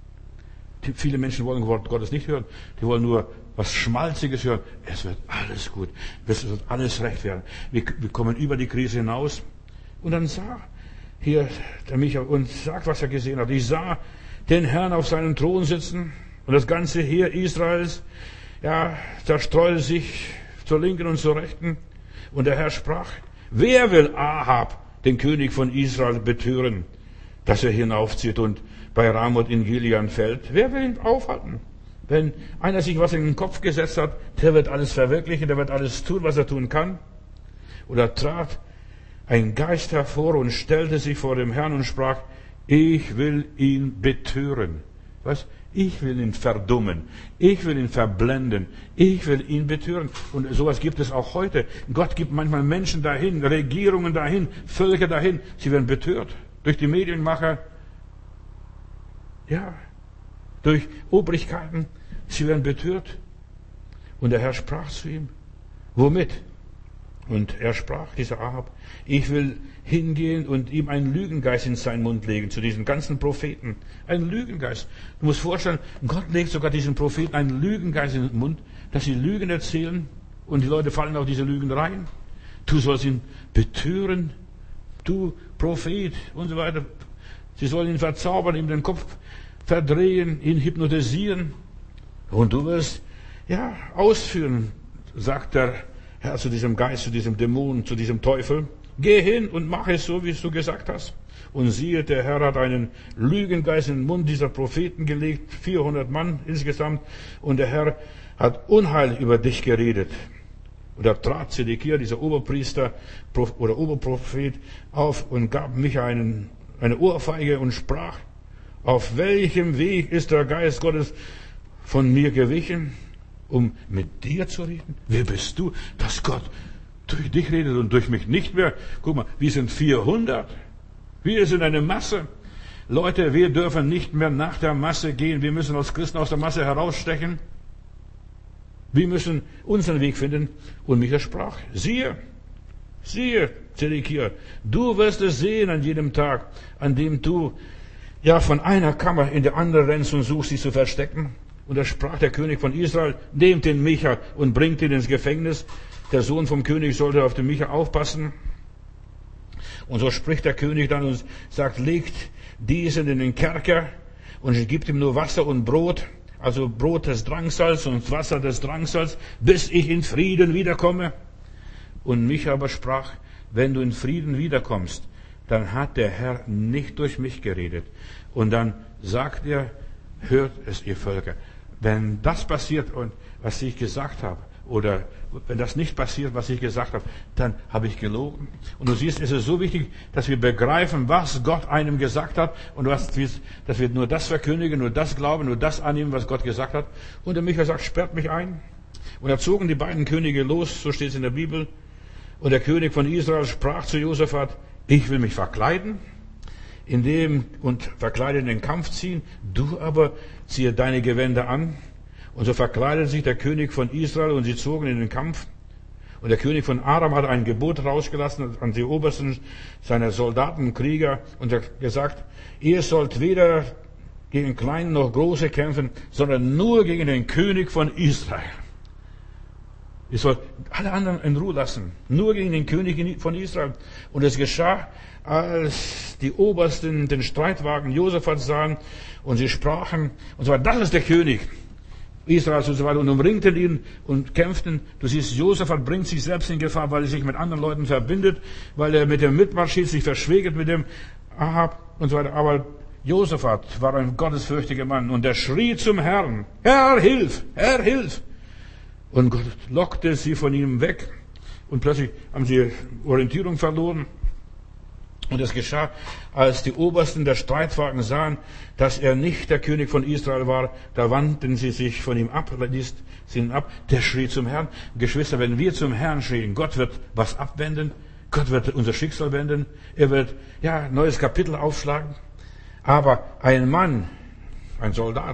Die, viele Menschen wollen Wort Gottes nicht hören. Die wollen nur was Schmalziges hören. Es wird alles gut. Es wird alles recht werden. Wir, wir kommen über die Krise hinaus. Und dann sah hier der Micha und sagt, was er gesehen hat. Ich sah den Herrn auf seinem Thron sitzen und das ganze Heer Israels, ja, zerstreute sich zur Linken und zur Rechten. Und der Herr sprach, wer will Ahab, den König von Israel, betören, dass er hinaufzieht und bei Ramoth in Gilead fällt? Wer will ihn aufhalten? Wenn einer sich was in den Kopf gesetzt hat, der wird alles verwirklichen, der wird alles tun, was er tun kann. Oder trat ein Geist hervor und stellte sich vor dem Herrn und sprach, ich will ihn betören. Was? Ich will ihn verdummen. Ich will ihn verblenden. Ich will ihn betören. Und sowas gibt es auch heute. Gott gibt manchmal Menschen dahin, Regierungen dahin, Völker dahin. Sie werden betört. Durch die Medienmacher. Ja. Durch Obrigkeiten. Sie werden betört. Und der Herr sprach zu ihm. Womit? Und er sprach, dieser Ahab, ich will hingehen und ihm einen Lügengeist in seinen Mund legen, zu diesen ganzen Propheten. Ein Lügengeist. Du musst vorstellen, Gott legt sogar diesen Propheten einen Lügengeist in den Mund, dass sie Lügen erzählen und die Leute fallen auf diese Lügen rein. Du sollst ihn betören, du Prophet und so weiter. Sie sollen ihn verzaubern, ihm den Kopf verdrehen, ihn hypnotisieren. Und du wirst, ja, ausführen, sagt der Herr zu diesem Geist, zu diesem Dämon, zu diesem Teufel. Geh hin und mach es so, wie es du gesagt hast. Und siehe, der Herr hat einen Lügengeist in den Mund dieser Propheten gelegt, vierhundert Mann insgesamt. Und der Herr hat Unheil über dich geredet. Und da trat Zedekia, dieser Oberpriester oder Oberprophet, auf und gab Micha einen, eine Ohrfeige und sprach, auf welchem Weg ist der Geist Gottes von mir gewichen, um mit dir zu reden? Wer bist du, dass Gott durch dich redet und durch mich nicht mehr? Guck mal, wir sind vierhundert. Wir sind eine Masse. Leute, wir dürfen nicht mehr nach der Masse gehen. Wir müssen als Christen aus der Masse herausstechen. Wir müssen unseren Weg finden. Und Micha sprach, siehe, siehe, Zedekia, du wirst es sehen an jedem Tag, an dem du ja von einer Kammer in die andere rennst und suchst, dich zu verstecken. Und da sprach der König von Israel, nehmt den Micha und bringt ihn ins Gefängnis. Der Sohn vom König sollte auf den Micha aufpassen. Und so spricht der König dann und sagt, legt diesen in den Kerker und gibt ihm nur Wasser und Brot, also Brot des Drangsals und Wasser des Drangsals, bis ich in Frieden wiederkomme. Und Micha aber sprach, wenn du in Frieden wiederkommst, dann hat der Herr nicht durch mich geredet. Und dann sagt er, hört es, ihr Völker. Wenn das passiert und was ich gesagt habe, oder wenn das nicht passiert, was ich gesagt habe, dann habe ich gelogen. Und du siehst, es ist so wichtig, dass wir begreifen, was Gott einem gesagt hat und was, dass wir nur das verkündigen, nur das glauben, nur das annehmen, was Gott gesagt hat. Und der Micha sagt, sperrt mich ein. Und da zogen die beiden Könige los, so steht es in der Bibel. Und der König von Israel sprach zu Josaphat, ich will mich verkleiden, indem und verkleidet in den Kampf ziehen, du aber ziehe deine Gewänder an. Und so verkleidete sich der König von Israel und sie zogen in den Kampf. Und der König von Aram hat ein Gebot rausgelassen an die Obersten seiner Soldaten und Krieger und hat gesagt, ihr sollt weder gegen Kleine noch Große kämpfen, sondern nur gegen den König von Israel. Ihr sollt alle anderen in Ruhe lassen, nur gegen den König von Israel. Und es geschah, als die Obersten den Streitwagen Josaphat sahen und sie sprachen, und zwar, das ist der König Israels und so weiter, und umringten ihn und kämpften. Du siehst, Josaphat bringt sich selbst in Gefahr, weil er sich mit anderen Leuten verbindet, weil er mit dem mitmarschiert, sich verschwägert mit dem Ahab und so weiter. Aber Josaphat war ein gottesfürchtiger Mann und er schrie zum Herrn, Herr, hilf, Herr, hilf. Und Gott lockte sie von ihm weg und plötzlich haben sie Orientierung verloren. Und es geschah, als die Obersten der Streitwagen sahen, dass er nicht der König von Israel war, da wandten sie sich von ihm ab, ließen ihn ab, der schrie zum Herrn. Geschwister, wenn wir zum Herrn schrien, Gott wird was abwenden, Gott wird unser Schicksal wenden, er wird, ja, neues Kapitel aufschlagen. Aber ein Mann, ein Soldat,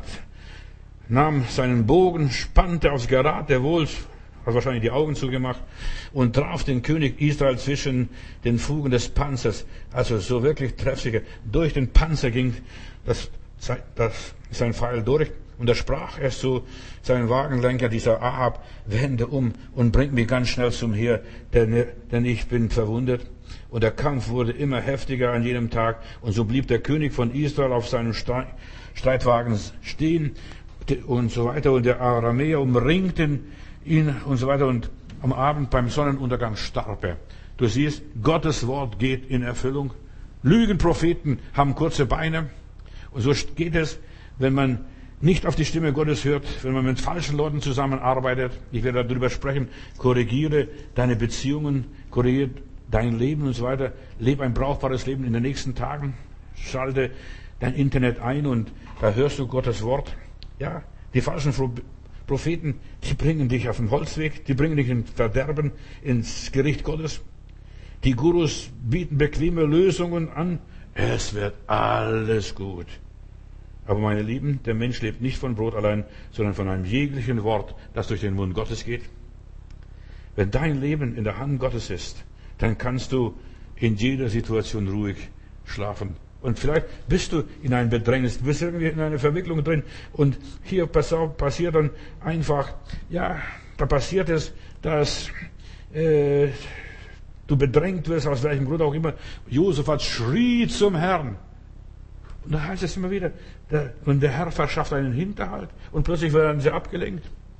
nahm seinen Bogen, spannte aufs Gerad, wohl, hat wahrscheinlich die Augen zugemacht, und traf den König Israel zwischen den Fugen des Panzers. Also so wirklich treffsicher. Durch den Panzer ging das, das, sein Pfeil durch. Und da sprach er zu seinem Wagenlenker, dieser Ahab, wende um und bring mich ganz schnell zum Heer, denn, denn ich bin verwundet. Und der Kampf wurde immer heftiger an jedem Tag. Und so blieb der König von Israel auf seinem Streitwagen stehen und so weiter. Und der Aramäer umringten ihn und so weiter. Und am Abend beim Sonnenuntergang starb er. Du siehst, Gottes Wort geht in Erfüllung. Lügenpropheten haben kurze Beine. Und so geht es, wenn man nicht auf die Stimme Gottes hört, wenn man mit falschen Leuten zusammenarbeitet. Ich werde darüber sprechen. Korrigiere deine Beziehungen, korrigiere dein Leben und so weiter. Lebe ein brauchbares Leben in den nächsten Tagen. Schalte dein Internet ein und da hörst du Gottes Wort. Ja, die falschen Propheten, die bringen dich auf den Holzweg, die bringen dich in Verderben, ins Gericht Gottes. Die Gurus bieten bequeme Lösungen an. Es wird alles gut. Aber meine Lieben, der Mensch lebt nicht von Brot allein, sondern von einem jeglichen Wort, das durch den Mund Gottes geht. Wenn dein Leben in der Hand Gottes ist, dann kannst du in jeder Situation ruhig schlafen. Und vielleicht bist du in einem Bedrängnis, bist irgendwie in einer Verwicklung drin. Und hier passiert dann einfach, ja, da passiert es, dass äh, du bedrängt wirst, aus welchem Grund auch immer. Josaphat schrie zum Herrn. Und da heißt es immer wieder, der, und der Herr verschafft einen Hinterhalt. Und plötzlich werden sie abgelenkt.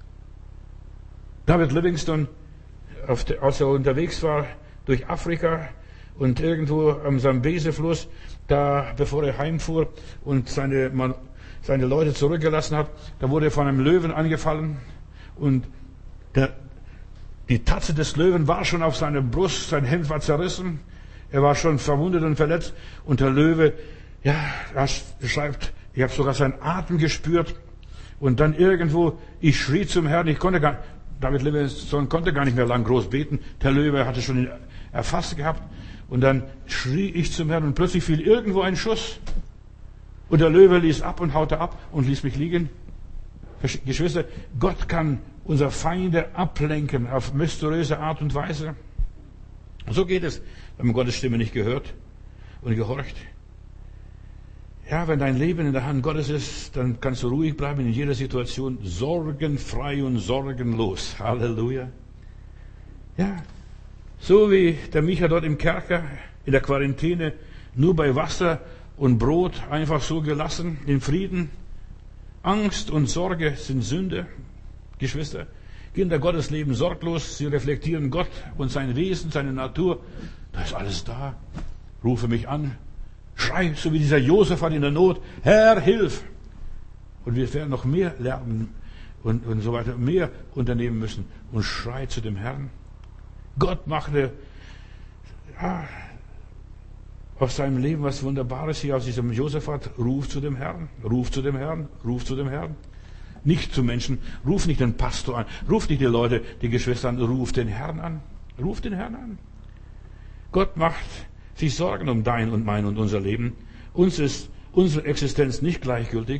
David Livingstone, auf der, als er unterwegs war durch Afrika und irgendwo am Sambesi-Fluss, da, bevor er heimfuhr und seine, man, seine Leute zurückgelassen hat, da wurde er von einem Löwen angefallen und der, die Tatze des Löwen war schon auf seiner Brust, sein Hemd war zerrissen, er war schon verwundet und verletzt und der Löwe, ja, er schreibt, ich habe sogar seinen Atem gespürt und dann irgendwo, ich schrie zum Herrn, ich konnte gar, David Livingstone konnte gar nicht mehr lang groß beten, der Löwe hatte schon ihn erfasst gehabt. Und dann schrie ich zum Herrn und plötzlich fiel irgendwo ein Schuss. Und der Löwe ließ ab und haute ab und ließ mich liegen. Geschwister, Gott kann unsere Feinde ablenken auf mysteriöse Art und Weise. So geht es, wenn man Gottes Stimme nicht gehört und gehorcht. Ja, wenn dein Leben in der Hand Gottes ist, dann kannst du ruhig bleiben in jeder Situation, sorgenfrei und sorgenlos. Halleluja. Ja. So wie der Micha dort im Kerker, in der Quarantäne, nur bei Wasser und Brot einfach so gelassen, in Frieden. Angst und Sorge sind Sünde. Geschwister, Kinder Gottes leben sorglos, sie reflektieren Gott und sein Wesen, seine Natur. Da ist alles da. Rufe mich an. Schrei, so wie dieser Josef hat in der Not. Herr, hilf! Und wir werden noch mehr lernen und, und so weiter, mehr unternehmen müssen. Und schrei zu dem Herrn. Gott machte ja, aus seinem Leben was Wunderbares hier aus diesem Josaphat. Ruf zu dem Herrn, ruf zu dem Herrn, ruf zu dem Herrn. Nicht zu Menschen, ruf nicht den Pastor an, ruf nicht die Leute, die Geschwister an, ruf den Herrn an, ruf den Herrn an. Gott macht sich Sorgen um dein und mein und unser Leben. Uns ist unsere Existenz nicht gleichgültig.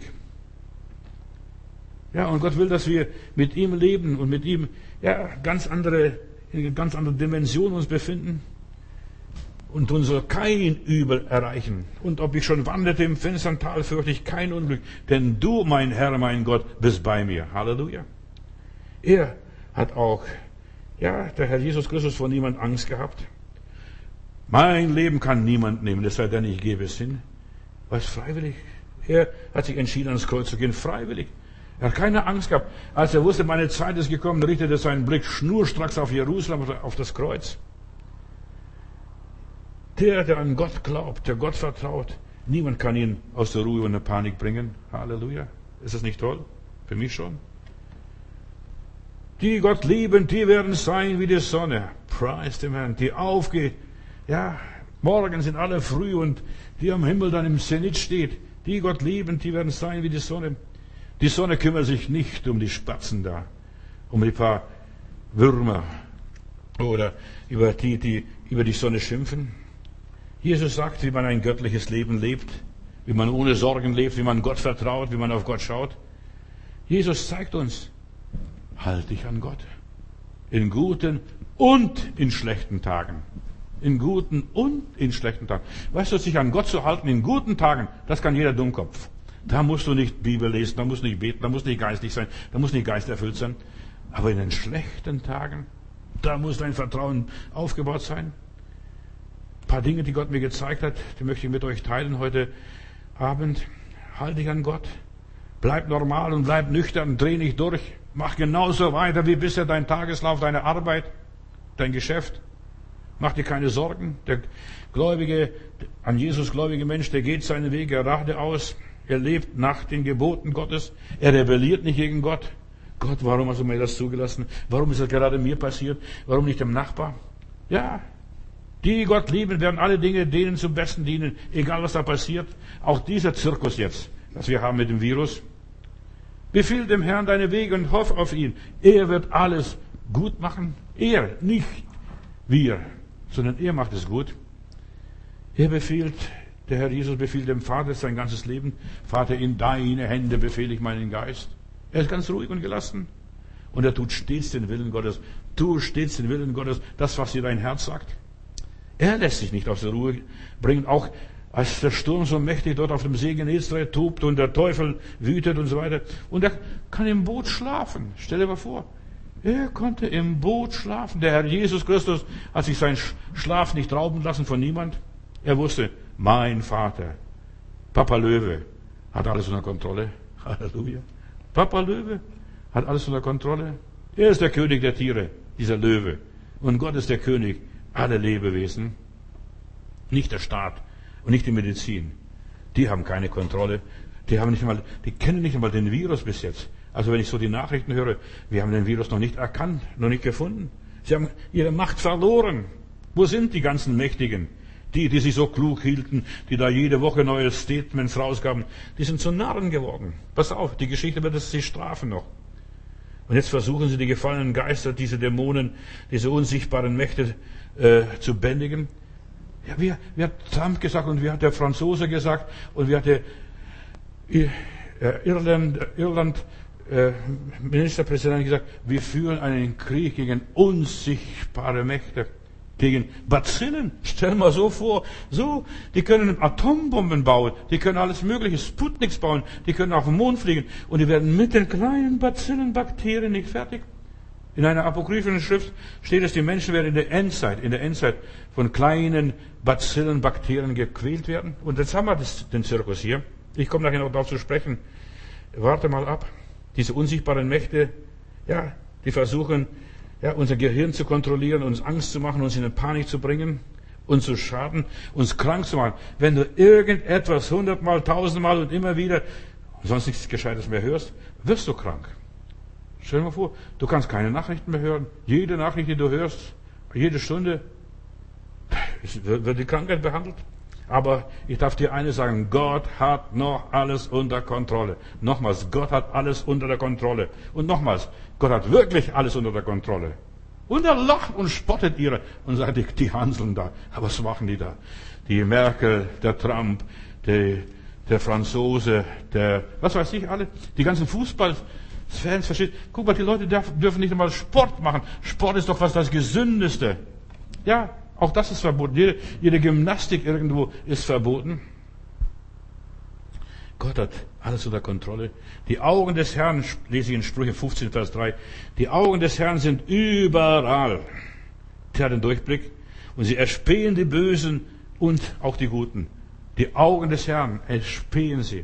Ja, und Gott will, dass wir mit ihm leben und mit ihm, ja, ganz andere, in einer ganz anderen Dimension uns befinden. Und uns soll kein Übel erreichen. Und ob ich schon wanderte im finstern Tal, fürchte ich kein Unglück. Denn du, mein Herr, mein Gott, bist bei mir. Halleluja. Er hat auch, ja, der Herr Jesus Christus vor niemand Angst gehabt. Mein Leben kann niemand nehmen, es sei denn, ich gebe es hin. Was freiwillig? Er hat sich entschieden, ans Kreuz zu gehen, freiwillig. Er hat keine Angst gehabt. Als er wusste, meine Zeit ist gekommen, richtete er seinen Blick schnurstracks auf Jerusalem, auf das Kreuz. Der, der an Gott glaubt, der Gott vertraut, niemand kann ihn aus der Ruhe und der Panik bringen. Halleluja. Ist das nicht toll? Für mich schon. Die Gott lieben, die werden sein wie die Sonne. Preis dem Herrn, die aufgeht. Ja, morgen sind alle früh und die am Himmel dann im Zenit steht. Die Gott lieben, die werden sein wie die Sonne. Die Sonne kümmert sich nicht um die Spatzen da, um die paar Würmer oder über die, die über die Sonne schimpfen. Jesus sagt, wie man ein göttliches Leben lebt, wie man ohne Sorgen lebt, wie man Gott vertraut, wie man auf Gott schaut. Jesus zeigt uns, halt dich an Gott. In guten und in schlechten Tagen. In guten und in schlechten Tagen. Weißt du, sich an Gott zu halten in guten Tagen, das kann jeder Dummkopf. Da musst du nicht Bibel lesen, da musst du nicht beten, da musst du nicht geistlich sein, da musst du nicht geisterfüllt sein. Aber in den schlechten Tagen, da muss dein Vertrauen aufgebaut sein. Ein paar Dinge, die Gott mir gezeigt hat, die möchte ich mit euch teilen heute Abend. Halt dich an Gott. Bleib normal und bleib nüchtern, dreh nicht durch. Mach genauso weiter wie bisher dein Tageslauf, deine Arbeit, dein Geschäft. Mach dir keine Sorgen. Der gläubige, an Jesus gläubige Mensch, der geht seinen Weg geradeaus. Er lebt nach den Geboten Gottes. Er rebelliert nicht gegen Gott. Gott, warum hast du mir das zugelassen? Warum ist das gerade mir passiert? Warum nicht dem Nachbar? Ja, die Gott lieben, werden alle Dinge denen zum Besten dienen, egal was da passiert. Auch dieser Zirkus jetzt, das wir haben mit dem Virus. Befiehl dem Herrn deine Wege und hoff auf ihn. Er wird alles gut machen. Er, nicht wir, sondern er macht es gut. Er befiehlt, der Herr Jesus befiehlt dem Vater sein ganzes Leben. Vater, in deine Hände befehle ich meinen Geist. Er ist ganz ruhig und gelassen. Und er tut stets den Willen Gottes. Tu stets den Willen Gottes, das, was dir dein Herz sagt. Er lässt sich nicht aus der Ruhe bringen, auch als der Sturm so mächtig dort auf dem See Genezareth tobt und der Teufel wütet und so weiter. Und er kann im Boot schlafen. Stell dir mal vor. Er konnte im Boot schlafen. Der Herr Jesus Christus hat sich seinen Schlaf nicht rauben lassen von niemand. Er wusste, mein Vater, Papa Löwe, hat alles unter Kontrolle. Halleluja. Papa Löwe hat alles unter Kontrolle. Er ist der König der Tiere, dieser Löwe. Und Gott ist der König aller Lebewesen. Nicht der Staat und nicht die Medizin. Die haben keine Kontrolle. Die haben nicht mal, die kennen nicht einmal den Virus bis jetzt. Also wenn ich so die Nachrichten höre, wir haben den Virus noch nicht erkannt, noch nicht gefunden. Sie haben ihre Macht verloren. Wo sind die ganzen Mächtigen? Die, die sich so klug hielten, die da jede Woche neue Statements rausgaben, die sind zu Narren geworden. Pass auf, die Geschichte wird es sie strafen noch. Und jetzt versuchen sie, die gefallenen Geister, diese Dämonen, diese unsichtbaren Mächte äh, zu bändigen. Ja, wie, wie hat Trump gesagt und wie hat der Franzose gesagt und wie hat der äh, Irland, Irland äh, Ministerpräsident gesagt, wir führen einen Krieg gegen unsichtbare Mächte. Gegen Bazillen. Stell mal so vor, so, die können Atombomben bauen, die können alles mögliche, Sputniks bauen, die können auf den Mond fliegen und die werden mit den kleinen Bazillen, Bakterien nicht fertig. In einer apokryphischen Schrift steht es, die Menschen werden in der Endzeit, in der Endzeit von kleinen Bazillen, Bakterien gequält werden. Und jetzt haben wir das, den Zirkus hier. Ich komme nachher noch darauf zu sprechen. Warte mal ab. Diese unsichtbaren Mächte, ja, die versuchen, ja, unser Gehirn zu kontrollieren, uns Angst zu machen, uns in eine Panik zu bringen. uns zu schaden, uns krank zu machen. Wenn du irgendetwas hundertmal, tausendmal und immer wieder sonst nichts Gescheites mehr hörst, wirst du krank. Stell dir mal vor, du kannst keine Nachrichten mehr hören. Jede Nachricht, die du hörst, jede Stunde, wird die Krankheit behandelt. Aber ich darf dir eines sagen, Gott hat noch alles unter Kontrolle. Nochmals, Gott hat alles unter der Kontrolle. Und nochmals, Gott hat wirklich alles unter der Kontrolle. Und er lacht und spottet ihre und sagt, die, die Hanseln da. Aber was machen die da? Die Merkel, der Trump, die, der Franzose, der, was weiß ich alle, die ganzen Fußballfans, versteht? Guck mal, die Leute dürfen nicht einmal Sport machen. Sport ist doch was das Gesündeste. Ja, auch das ist verboten. Jede, jede Gymnastik irgendwo ist verboten. Gott hat alles unter Kontrolle. Die Augen des Herrn, lese ich in Sprüche fünfzehn, Vers drei, die Augen des Herrn sind überall. Der hat den Durchblick. Und sie erspähen die Bösen und auch die Guten. Die Augen des Herrn erspähen sie.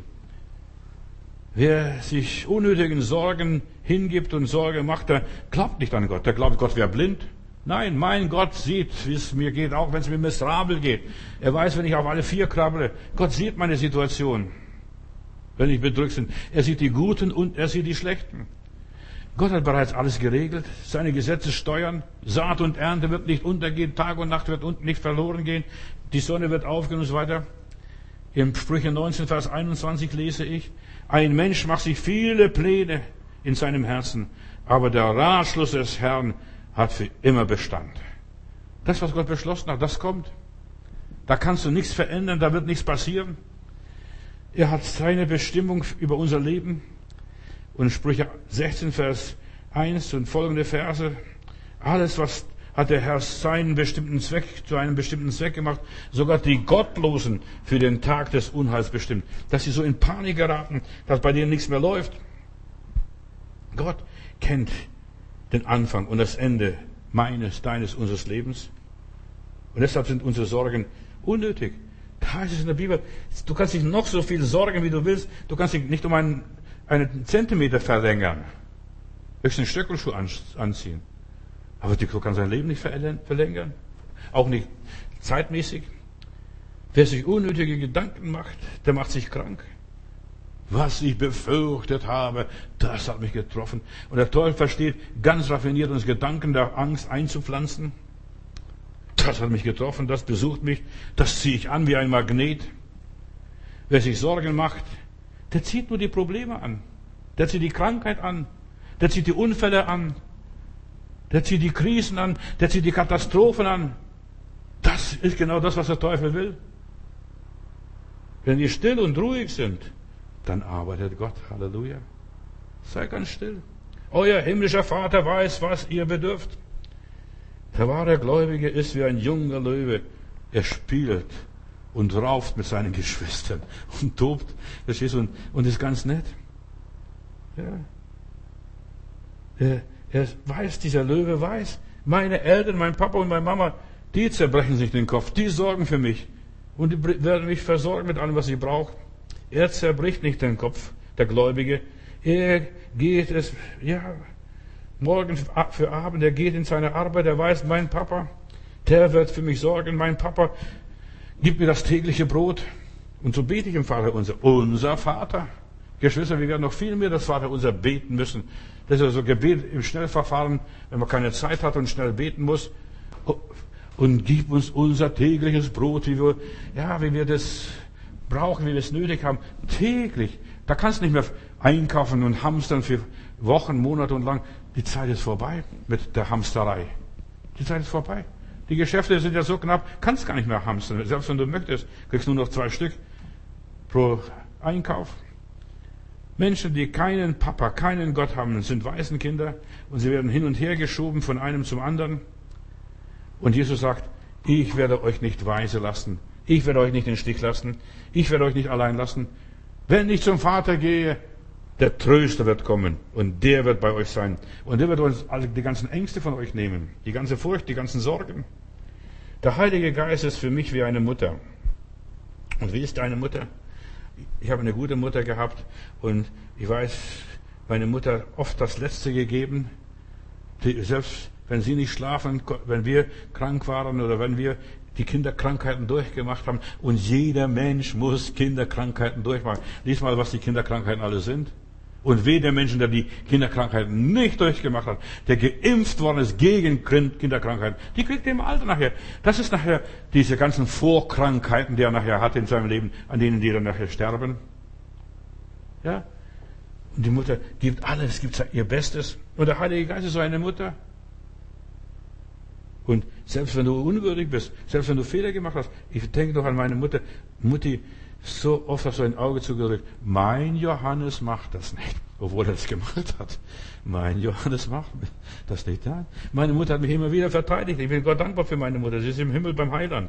Wer sich unnötigen Sorgen hingibt und Sorge macht, der glaubt nicht an Gott. Der glaubt, Gott wäre blind. Nein, mein Gott sieht, wie es mir geht, auch wenn es mir miserabel geht. Er weiß, wenn ich auf alle vier krabble. Gott sieht meine Situation, wenn ich bedrückt bin. Er sieht die Guten und er sieht die Schlechten. Gott hat bereits alles geregelt. Seine Gesetze steuern. Saat und Ernte wird nicht untergehen. Tag und Nacht wird nicht verloren gehen. Die Sonne wird aufgehen und so weiter. Im Sprüche neunzehn, Vers einundzwanzig lese ich, ein Mensch macht sich viele Pläne in seinem Herzen, aber der Ratschluss des Herrn hat für immer Bestand. Das, was Gott beschlossen hat, das kommt. Da kannst du nichts verändern, da wird nichts passieren. Er hat seine Bestimmung über unser Leben. Und Sprüche sechzehn, Vers eins und folgende Verse. Alles, was hat der Herr seinen bestimmten Zweck, zu einem bestimmten Zweck gemacht. Sogar die Gottlosen für den Tag des Unheils bestimmt. Dass sie so in Panik geraten, dass bei denen nichts mehr läuft. Gott kennt den Anfang und das Ende meines, deines, unseres Lebens. Und deshalb sind unsere Sorgen unnötig. Da heißt es in der Bibel, du kannst dich noch so viel sorgen, wie du willst. Du kannst dich nicht um einen, einen Zentimeter verlängern. Höchstens Stöckelschuh anziehen. Aber du kannst dein Leben nicht verlängern. Auch nicht zeitmäßig. Wer sich unnötige Gedanken macht, der macht sich krank. Was ich befürchtet habe, das hat mich getroffen. Und der Teufel versteht ganz raffiniert, uns Gedanken der Angst einzupflanzen. Das hat mich getroffen, das besucht mich, das ziehe ich an wie ein Magnet. Wer sich Sorgen macht, der zieht nur die Probleme an. Der zieht die Krankheit an. Der zieht die Unfälle an. Der zieht die Krisen an. Der zieht die Katastrophen an. Das ist genau das, was der Teufel will. Wenn wir still und ruhig sind, dann arbeitet Gott. Halleluja. Sei ganz still. Euer himmlischer Vater weiß, was ihr bedürft. Der wahre Gläubige ist wie ein junger Löwe. Er spielt und rauft mit seinen Geschwistern und tobt, verstehst du, und, und ist ganz nett. Ja. Er, er weiß, dieser Löwe weiß, meine Eltern, mein Papa und meine Mama, die zerbrechen sich den Kopf, die sorgen für mich und die werden mich versorgen mit allem, was ich brauche. Er zerbricht nicht den Kopf, der Gläubige. Er geht es, ja, morgen für Abend, er geht in seine Arbeit, er weiß, mein Papa, der wird für mich sorgen, mein Papa gibt mir das tägliche Brot. Und so bete ich im Vater unser, unser Vater. Geschwister, wir werden noch viel mehr das Vater unser beten müssen. Das ist also Gebet im Schnellverfahren, wenn man keine Zeit hat und schnell beten muss. Und gib uns unser tägliches Brot, wie wir, ja, wie wir das brauchen, wie wir es nötig haben. Täglich. Da kannst du nicht mehr einkaufen und hamstern für Wochen, Monate und lang. Die Zeit ist vorbei mit der Hamsterei. Die Zeit ist vorbei. Die Geschäfte sind ja so knapp, kannst gar nicht mehr hamstern. Selbst wenn du möchtest, kriegst du nur noch zwei Stück pro Einkauf. Menschen, die keinen Papa, keinen Gott haben, sind Waisenkinder und sie werden hin und her geschoben von einem zum anderen. Und Jesus sagt, ich werde euch nicht weise lassen. Ich werde euch nicht in den Stich lassen. Ich werde euch nicht allein lassen. Wenn ich zum Vater gehe, der Tröster wird kommen und der wird bei euch sein. Und der wird uns alle die ganzen Ängste von euch nehmen, die ganze Furcht, die ganzen Sorgen. Der Heilige Geist ist für mich wie eine Mutter. Und wie ist eine Mutter? Ich habe eine gute Mutter gehabt und ich weiß, meine Mutter oft das Letzte gegeben. Die, selbst wenn sie nicht schlafen, wenn wir krank waren oder wenn wir die Kinderkrankheiten durchgemacht haben. Und jeder Mensch muss Kinderkrankheiten durchmachen. Lies mal, was die Kinderkrankheiten alle sind. Und weh der Menschen, der die Kinderkrankheiten nicht durchgemacht hat, der geimpft worden ist gegen Kinderkrankheiten, die kriegt er im Alter nachher. Das ist nachher diese ganzen Vorkrankheiten, die er nachher hat in seinem Leben, an denen die dann nachher sterben. Ja? Und die Mutter gibt alles, gibt ihr Bestes. Und der Heilige Geist ist so eine Mutter. Und selbst wenn du unwürdig bist, selbst wenn du Fehler gemacht hast, ich denke doch an meine Mutter, Mutti, so oft hast du ein Auge zugedrückt. Mein Johannes macht das nicht. Obwohl er das gemacht hat. Mein Johannes macht das nicht. Ja? Meine Mutter hat mich immer wieder verteidigt. Ich bin Gott dankbar für meine Mutter. Sie ist im Himmel beim Heiland.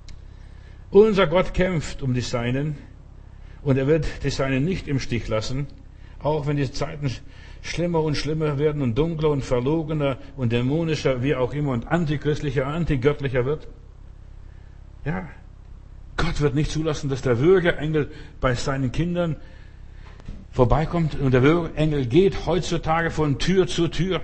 Unser Gott kämpft um die Seinen. Und er wird die Seinen nicht im Stich lassen. Auch wenn die Zeiten schlimmer und schlimmer werden und dunkler und verlogener und dämonischer, wie auch immer, und antichristlicher, antigöttlicher wird. Ja, Gott wird nicht zulassen, dass der Würgeengel bei seinen Kindern vorbeikommt. Und der Würgeengel geht heutzutage von Tür zu Tür,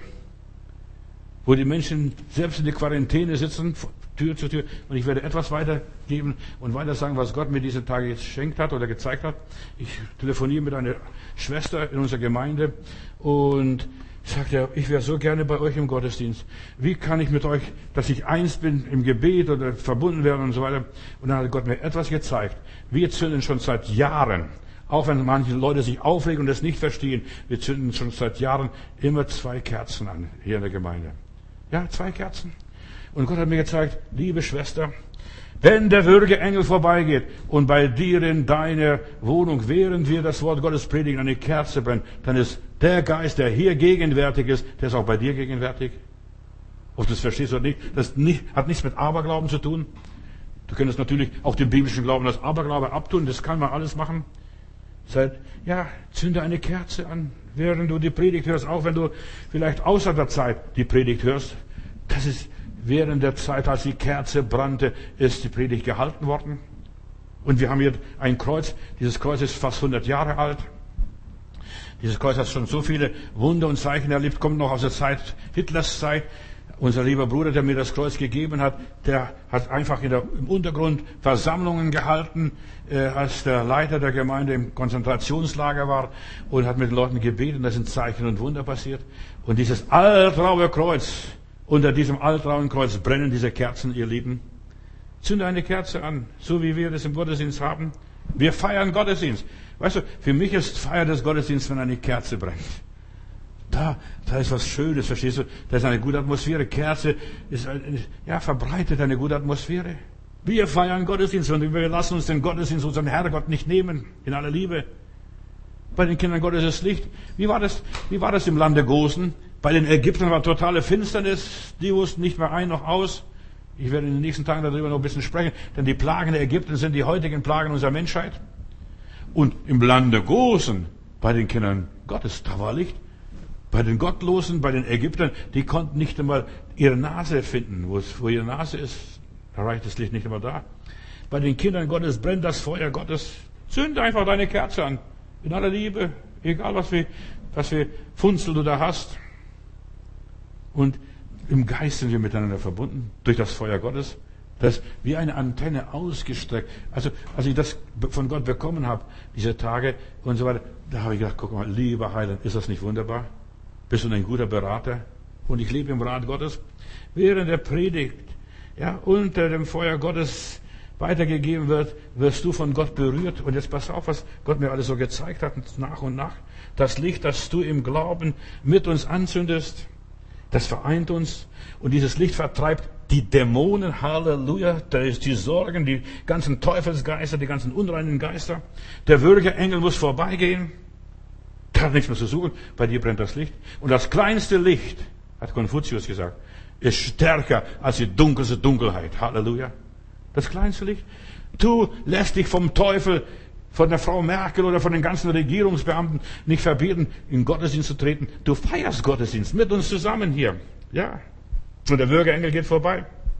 wo die Menschen selbst in der Quarantäne sitzen, Tür zu Tür. Und ich werde etwas weitergeben und weiter sagen, was Gott mir diese Tage geschenkt hat oder gezeigt hat. Ich telefoniere mit einer Schwester in unserer Gemeinde und sagt er, ich wäre so gerne bei euch im Gottesdienst. Wie kann ich mit euch, dass ich eins bin im Gebet oder verbunden werde und so weiter. Und dann hat Gott mir etwas gezeigt. Wir zünden schon seit Jahren, auch wenn manche Leute sich aufregen und das nicht verstehen, wir zünden schon seit Jahren immer zwei Kerzen an, hier in der Gemeinde. Ja, zwei Kerzen. Und Gott hat mir gezeigt, liebe Schwester, wenn der Würgeengel vorbeigeht und bei dir in deiner Wohnung, während wir das Wort Gottes predigen, eine Kerze brennt, dann ist der Geist, der hier gegenwärtig ist, der ist auch bei dir gegenwärtig. Ob du das verstehst oder nicht, das nicht, hat nichts mit Aberglauben zu tun. Du könntest natürlich auch den biblischen Glauben als Aberglaube abtun, das kann man alles machen. Seid, ja, zünde eine Kerze an, während du die Predigt hörst, auch wenn du vielleicht außer der Zeit die Predigt hörst. Das ist während der Zeit, als die Kerze brannte, ist die Predigt gehalten worden. Und wir haben hier ein Kreuz. Dieses Kreuz ist fast hundert Jahre alt. Dieses Kreuz hat schon so viele Wunder und Zeichen erlebt, kommt noch aus der Zeit, Hitlers Zeit. Unser lieber Bruder, der mir das Kreuz gegeben hat, der hat einfach in der, im Untergrund Versammlungen gehalten, äh, als der Leiter der Gemeinde im Konzentrationslager war und hat mit den Leuten gebetet. Da sind Zeichen und Wunder passiert. Und dieses altraue Kreuz, unter diesem altrauen Kreuz brennen diese Kerzen, ihr Lieben. Zünde eine Kerze an, so wie wir das im Gottesdienst haben. Wir feiern Gottesdienst. Weißt du, für mich ist Feier des Gottesdienstes, wenn eine Kerze brennt. Da, da ist was Schönes, verstehst du? Da ist eine gute Atmosphäre. Kerze ist, ja, verbreitet eine gute Atmosphäre. Wir feiern Gottesdienst und wir lassen uns den Gottesdienst, unseren Herrgott nicht nehmen, in aller Liebe. Bei den Kindern Gottes ist Licht. Wie war das, wie war das im Lande Gosen? Bei den Ägyptern war totale Finsternis. Die wussten nicht mehr ein noch aus. Ich werde in den nächsten Tagen darüber noch ein bisschen sprechen, denn die Plagen der Ägypten sind die heutigen Plagen unserer Menschheit. Und im Lande Gosen, bei den Kindern Gottes, da war Licht. Bei den Gottlosen, bei den Ägyptern, die konnten nicht einmal ihre Nase finden. Wo, es, wo ihre Nase ist, da reicht das Licht nicht immer da. Bei den Kindern Gottes brennt das Feuer Gottes. Zünd einfach deine Kerze an. In aller Liebe, egal was für, was für Funzel du da hast. Und im Geist sind wir miteinander verbunden, durch das Feuer Gottes. Das ist wie eine Antenne ausgestreckt. Also, als ich das von Gott bekommen habe, diese Tage und so weiter, da habe ich gedacht, guck mal, lieber Heiland, ist das nicht wunderbar? Bist du ein guter Berater? Und ich lebe im Rat Gottes. Während der Predigt, ja, unter dem Feuer Gottes weitergegeben wird, wirst du von Gott berührt. Und jetzt pass auf, was Gott mir alles so gezeigt hat, nach und nach. Das Licht, das du im Glauben mit uns anzündest, das vereint uns. Und dieses Licht vertreibt die Dämonen, Halleluja, da ist die Sorgen, die ganzen Teufelsgeister, die ganzen unreinen Geister. Der Würgeengel muss vorbeigehen. Der hat nichts mehr zu suchen. Bei dir brennt das Licht. Und das kleinste Licht, hat Konfuzius gesagt, ist stärker als die dunkelste Dunkelheit. Halleluja. Das kleinste Licht. Du lässt dich vom Teufel, von der Frau Merkel oder von den ganzen Regierungsbeamten nicht verbieten, in Gottesdienst zu treten. Du feierst Gottesdienst mit uns zusammen hier. Ja. Und der Würgeengel geht vorbei.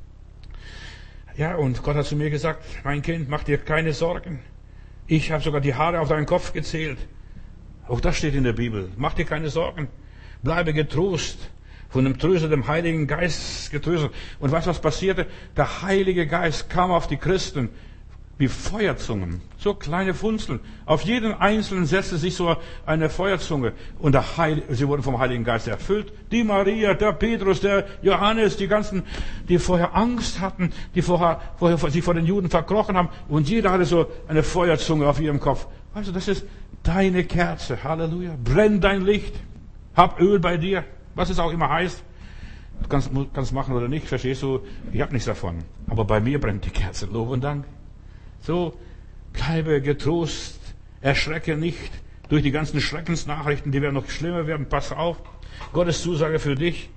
Ja, und Gott hat zu mir gesagt, mein Kind, mach dir keine Sorgen. Ich habe sogar die Haare auf deinen Kopf gezählt. Auch das steht in der Bibel. Mach dir keine Sorgen. Bleibe getrost. von dem Tröster, dem Heiligen Geist getröstet. Und weißt du, was passierte? Der Heilige Geist kam auf die Christen wie Feuerzungen, so kleine Funzeln. Auf jeden Einzelnen setzte sich so eine Feuerzunge. Und der Heil, sie wurden vom Heiligen Geist erfüllt. Die Maria, der Petrus, der Johannes, die ganzen, die vorher Angst hatten, die vorher, vorher sich vor den Juden verkrochen haben. Und jeder hatte so eine Feuerzunge auf ihrem Kopf. Also das ist deine Kerze. Halleluja. Brenn dein Licht. Hab Öl bei dir. Was es auch immer heißt. Du kannst, kannst machen oder nicht. Verstehst du? Ich habe nichts davon. Aber bei mir brennt die Kerze. Lob und Dank. So, bleibe getrost, erschrecke nicht durch die ganzen Schreckensnachrichten, die werden noch schlimmer werden. Pass auf, Gottes Zusage für dich.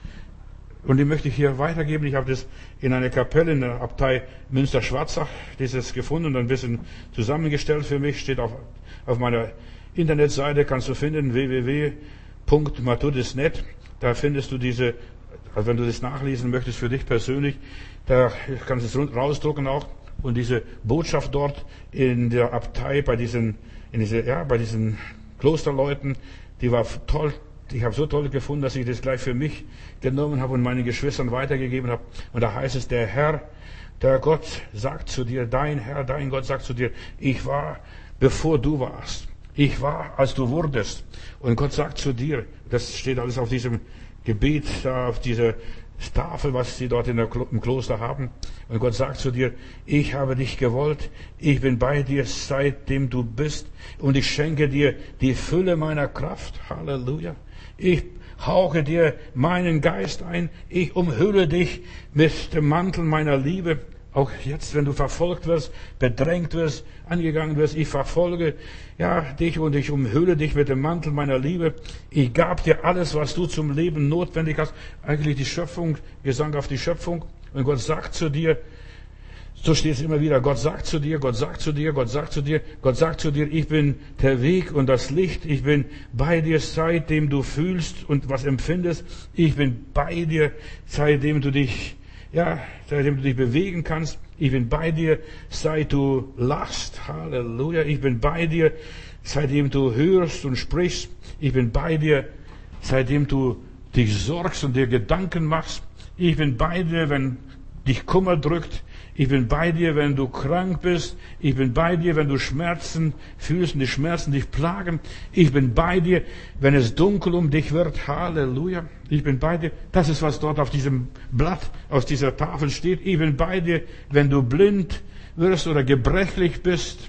Und die möchte ich hier weitergeben. Ich habe das in einer Kapelle in der Abtei Münster-Schwarzach, dieses gefunden und ein bisschen zusammengestellt für mich. Steht auf, auf meiner Internetseite, kannst du finden, w w w punkt matthäus punkt net. Da findest du diese, also wenn du das nachlesen möchtest für dich persönlich, da kannst du es rausdrucken auch. Und diese Botschaft dort in der Abtei bei diesen, in diese, ja, bei diesen Klosterleuten, die war toll. Ich habe so toll gefunden, dass ich das gleich für mich genommen habe und meinen Geschwistern weitergegeben habe. Und da heißt es, der Herr, der Gott sagt zu dir, dein Herr, dein Gott sagt zu dir, ich war, bevor du warst. Ich war, als du wurdest. Und Gott sagt zu dir, das steht alles auf diesem Gebet, da auf dieser Tafel, was sie dort in der, im Kloster haben. Und Gott sagt zu dir, ich habe dich gewollt, ich bin bei dir, seitdem du bist, und ich schenke dir die Fülle meiner Kraft. Halleluja. Ich hauche dir meinen Geist ein, ich umhülle dich mit dem Mantel meiner Liebe. Auch jetzt, wenn du verfolgt wirst, bedrängt wirst, angegangen wirst, ich verfolge ja dich und ich umhülle dich mit dem Mantel meiner Liebe. Ich gab dir alles, was du zum Leben notwendig hast. Eigentlich die Schöpfung, Gesang auf die Schöpfung. Und Gott sagt zu dir, so steht es immer wieder, Gott sagt zu dir, Gott sagt zu dir, Gott sagt zu dir, Gott sagt zu dir, ich bin der Weg und das Licht, ich bin bei dir, seitdem du fühlst und was empfindest. Ich bin bei dir, seitdem du dich Ja, seitdem du dich bewegen kannst. Ich bin bei dir, seit du lachst. Halleluja. Ich bin bei dir, seitdem du hörst und sprichst. Ich bin bei dir, seitdem du dich sorgst und dir Gedanken machst. Ich bin bei dir, wenn dich Kummer drückt. Ich bin bei dir, wenn du krank bist. Ich bin bei dir, wenn du Schmerzen fühlst und die Schmerzen dich plagen. Ich bin bei dir, wenn es dunkel um dich wird. Halleluja. Ich bin bei dir. Das ist, was dort auf diesem Blatt, aus dieser Tafel steht. Ich bin bei dir, wenn du blind wirst oder gebrechlich bist.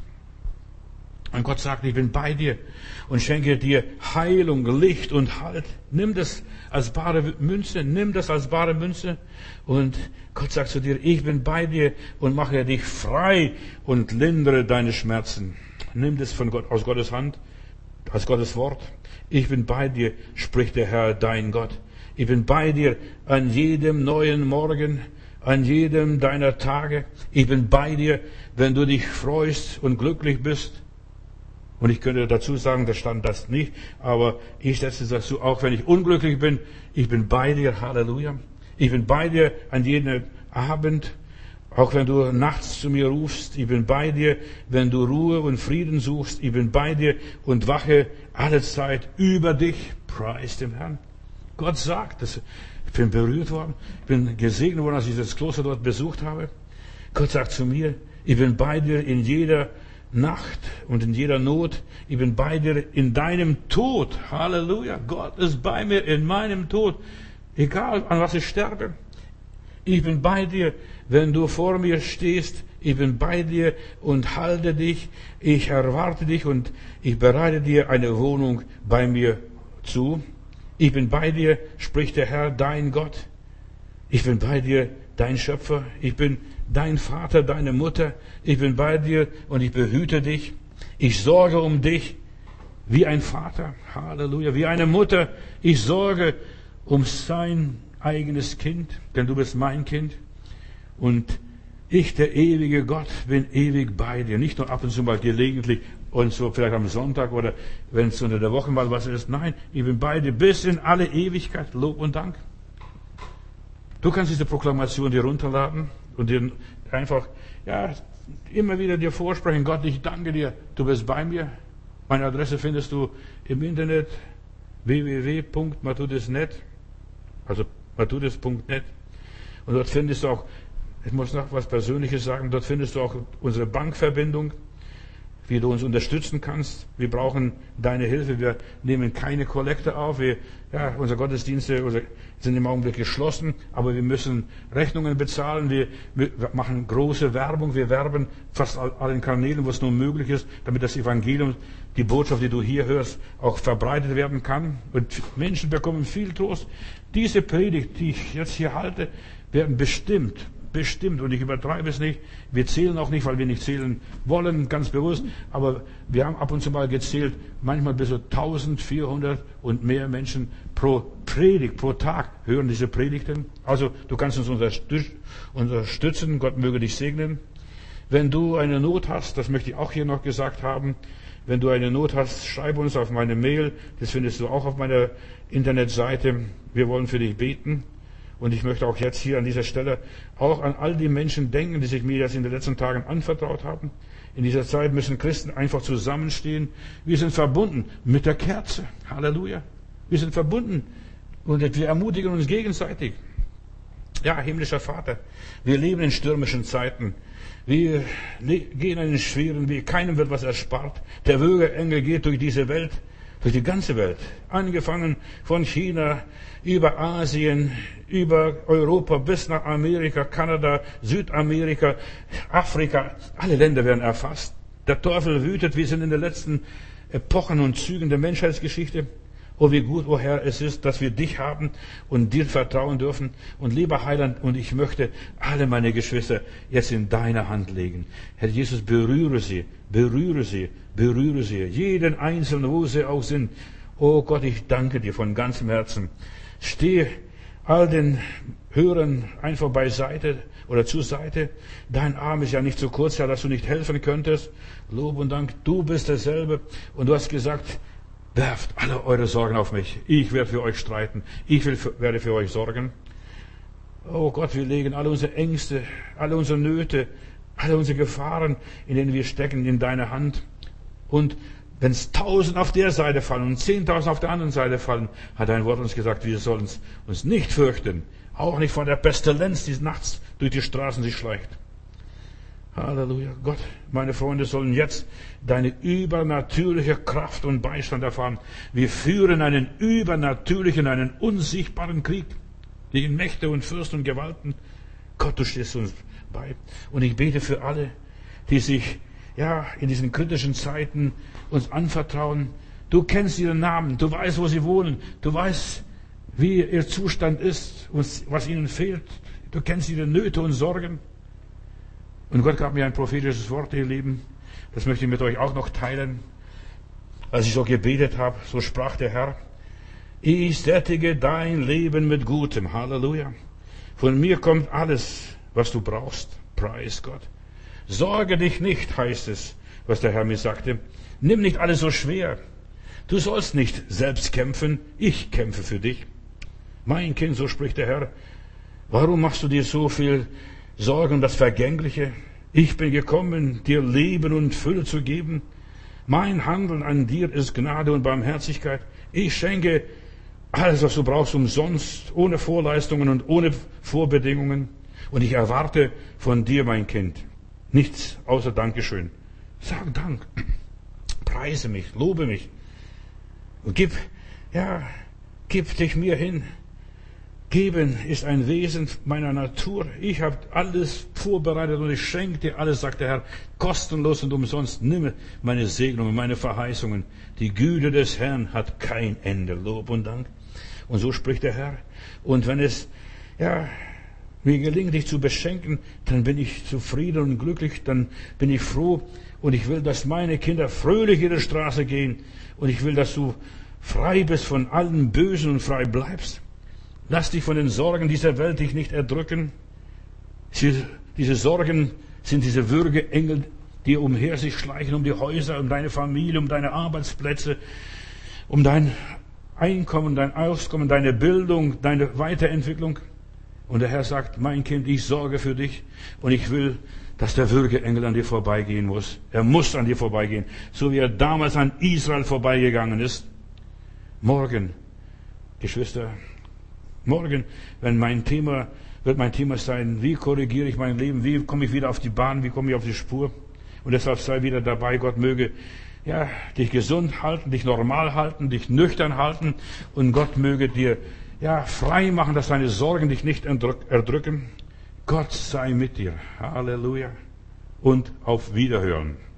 Und Gott sagt, ich bin bei dir und schenke dir Heilung, Licht und Halt. Nimm das als bare Münze, nimm das als bare Münze. Und Gott sagt zu dir, ich bin bei dir und mache dich frei und lindere deine Schmerzen. Nimm das von Gott, aus Gottes Hand, aus Gottes Wort. Ich bin bei dir, spricht der Herr, dein Gott. Ich bin bei dir an jedem neuen Morgen, an jedem deiner Tage. Ich bin bei dir, wenn du dich freust und glücklich bist. Und ich könnte dazu sagen, da stand das nicht, aber ich setze dazu, auch wenn ich unglücklich bin, ich bin bei dir, Halleluja. Ich bin bei dir an jedem Abend, auch wenn du nachts zu mir rufst. Ich bin bei dir, wenn du Ruhe und Frieden suchst. Ich bin bei dir und wache alle Zeit über dich. Preis dem Herrn. Gott sagt, das, ich bin berührt worden, ich bin gesegnet worden, als ich das Kloster dort besucht habe. Gott sagt zu mir, ich bin bei dir in jeder Nacht und in jeder Not. Ich bin bei dir in deinem Tod. Halleluja. Gott ist bei mir in meinem Tod. Egal, an was ich sterbe. Ich bin bei dir, wenn du vor mir stehst. Ich bin bei dir und halte dich. Ich erwarte dich und ich bereite dir eine Wohnung bei mir zu. Ich bin bei dir, spricht der Herr, dein Gott. Ich bin bei dir, dein Schöpfer. Ich bin dein Vater, deine Mutter. Ich bin bei dir und ich behüte dich. Ich sorge um dich wie ein Vater. Halleluja. Wie eine Mutter. Ich sorge um sein eigenes Kind, denn du bist mein Kind. Und ich, der ewige Gott, bin ewig bei dir. Nicht nur ab und zu mal gelegentlich und so vielleicht am Sonntag oder wenn es unter der Woche mal was ist. Nein, ich bin bei dir bis in alle Ewigkeit. Lob und Dank. Du kannst diese Proklamation dir runterladen und dir einfach, ja, immer wieder dir vorsprechen. Gott, ich danke dir. Du bist bei mir. Meine Adresse findest du im Internet w w w punkt matthäus punkt net. Also matthäus punkt net. Und dort findest du auch, ich muss noch was Persönliches sagen, dort findest du auch unsere Bankverbindung, wie du uns unterstützen kannst. Wir brauchen deine Hilfe. Wir nehmen keine Kollekte auf. Wir, ja, unsere Gottesdienste sind im Augenblick geschlossen, aber wir müssen Rechnungen bezahlen. Wir, wir machen große Werbung. Wir werben fast allen Kanälen, wo es nur möglich ist, damit das Evangelium, die Botschaft, die du hier hörst, auch verbreitet werden kann. Und Menschen bekommen viel Trost. Diese Predigt, die ich jetzt hier halte, werden bestimmt Bestimmt, und ich übertreibe es nicht. Wir zählen auch nicht, weil wir nicht zählen wollen, ganz bewusst. Aber wir haben ab und zu mal gezählt, manchmal bis zu eintausendvierhundert und mehr Menschen pro Predigt, pro Tag hören diese Predigten. Also du kannst uns unterstützen, Gott möge dich segnen. Wenn du eine Not hast, das möchte ich auch hier noch gesagt haben, wenn du eine Not hast, schreib uns auf meine Mail, das findest du auch auf meiner Internetseite. Wir wollen für dich beten. Und ich möchte auch jetzt hier an dieser Stelle auch an all die Menschen denken, die sich mir jetzt in den letzten Tagen anvertraut haben. In dieser Zeit müssen Christen einfach zusammenstehen. Wir sind verbunden mit der Kerze. Halleluja. Wir sind verbunden und wir ermutigen uns gegenseitig. Ja, himmlischer Vater, wir leben in stürmischen Zeiten. Wir gehen einen schweren Weg. Keinem wird was erspart. Der Würgeengel geht durch diese Welt, durch die ganze Welt. Angefangen von China, über Asien, über Europa bis nach Amerika, Kanada, Südamerika, Afrika. Alle Länder werden erfasst. Der Teufel wütet. Wir sind in den letzten Epochen und Zügen der Menschheitsgeschichte. Oh, wie gut, oh Herr, es ist, dass wir dich haben und dir vertrauen dürfen. Und lieber Heiland, und ich möchte alle meine Geschwister jetzt in deine Hand legen. Herr Jesus, berühre sie, berühre sie, berühre sie. Jeden Einzelnen, wo sie auch sind. Oh Gott, ich danke dir von ganzem Herzen. Stehe all den Hörern einfach beiseite oder zur Seite. Dein Arm ist ja nicht so kurz, Herr, dass du nicht helfen könntest. Lob und Dank, du bist derselbe. Und du hast gesagt, werft alle eure Sorgen auf mich. Ich werde für euch streiten. Ich will für, werde für euch sorgen. Oh Gott, wir legen alle unsere Ängste, alle unsere Nöte, alle unsere Gefahren, in denen wir stecken, in deine Hand. Und wenn es tausend auf der Seite fallen und zehntausend auf der anderen Seite fallen, hat dein Wort uns gesagt, wir sollen uns nicht fürchten. Auch nicht vor der Pestilenz, die nachts durch die Straßen sich schleicht. Halleluja. Gott, meine Freunde sollen jetzt deine übernatürliche Kraft und Beistand erfahren. Wir führen einen übernatürlichen, einen unsichtbaren Krieg gegen Mächte und Fürsten und Gewalten. Gott, du stehst uns bei. Und ich bete für alle, die sich ja in diesen kritischen Zeiten uns anvertrauen. Du kennst ihren Namen, du weißt, wo sie wohnen, du weißt, wie ihr Zustand ist und was ihnen fehlt. Du kennst ihre Nöte und Sorgen. Und Gott gab mir ein prophetisches Wort, ihr Lieben. Das möchte ich mit euch auch noch teilen. Als ich so gebetet habe, so sprach der Herr, ich sättige dein Leben mit Gutem. Halleluja. Von mir kommt alles, was du brauchst. Preis Gott. Sorge dich nicht, heißt es, was der Herr mir sagte. Nimm nicht alles so schwer. Du sollst nicht selbst kämpfen. Ich kämpfe für dich. Mein Kind, so spricht der Herr. Warum machst du dir so viel Sorgen um das Vergängliche? Ich bin gekommen, dir Leben und Fülle zu geben. Mein Handeln an dir ist Gnade und Barmherzigkeit. Ich schenke alles, was du brauchst, umsonst, ohne Vorleistungen und ohne Vorbedingungen. Und ich erwarte von dir, mein Kind, nichts außer Dankeschön. Sag Dank. Preise mich, lobe mich. Und gib, ja, gib dich mir hin. Geben ist ein Wesen meiner Natur. Ich habe alles vorbereitet und ich schenke dir alles, sagt der Herr, kostenlos und umsonst. Nimm meine Segnungen, meine Verheißungen. Die Güte des Herrn hat kein Ende. Lob und Dank. Und so spricht der Herr. Und wenn es, ja, mir gelingt, dich zu beschenken, dann bin ich zufrieden und glücklich, dann bin ich froh. Und ich will, dass meine Kinder fröhlich in die Straße gehen. Und ich will, dass du frei bist von allem Bösen und frei bleibst. Lass dich von den Sorgen dieser Welt dich nicht erdrücken. Sie, diese Sorgen sind diese Würgeengel, die umher sich schleichen, um die Häuser, um deine Familie, um deine Arbeitsplätze, um dein Einkommen, dein Auskommen, deine Bildung, deine Weiterentwicklung. Und der Herr sagt, mein Kind, ich sorge für dich und ich will, dass der Würgeengel an dir vorbeigehen muss. Er muss an dir vorbeigehen, so wie er damals an Israel vorbeigegangen ist. Morgen, Geschwister, Morgen, wenn mein Thema, wird mein Thema sein, wie korrigiere ich mein Leben, wie komme ich wieder auf die Bahn, wie komme ich auf die Spur. Und deshalb sei wieder dabei, Gott möge ja, dich gesund halten, dich normal halten, dich nüchtern halten und Gott möge dir ja, frei machen, dass deine Sorgen dich nicht erdrücken. Gott sei mit dir. Halleluja. Und auf Wiederhören.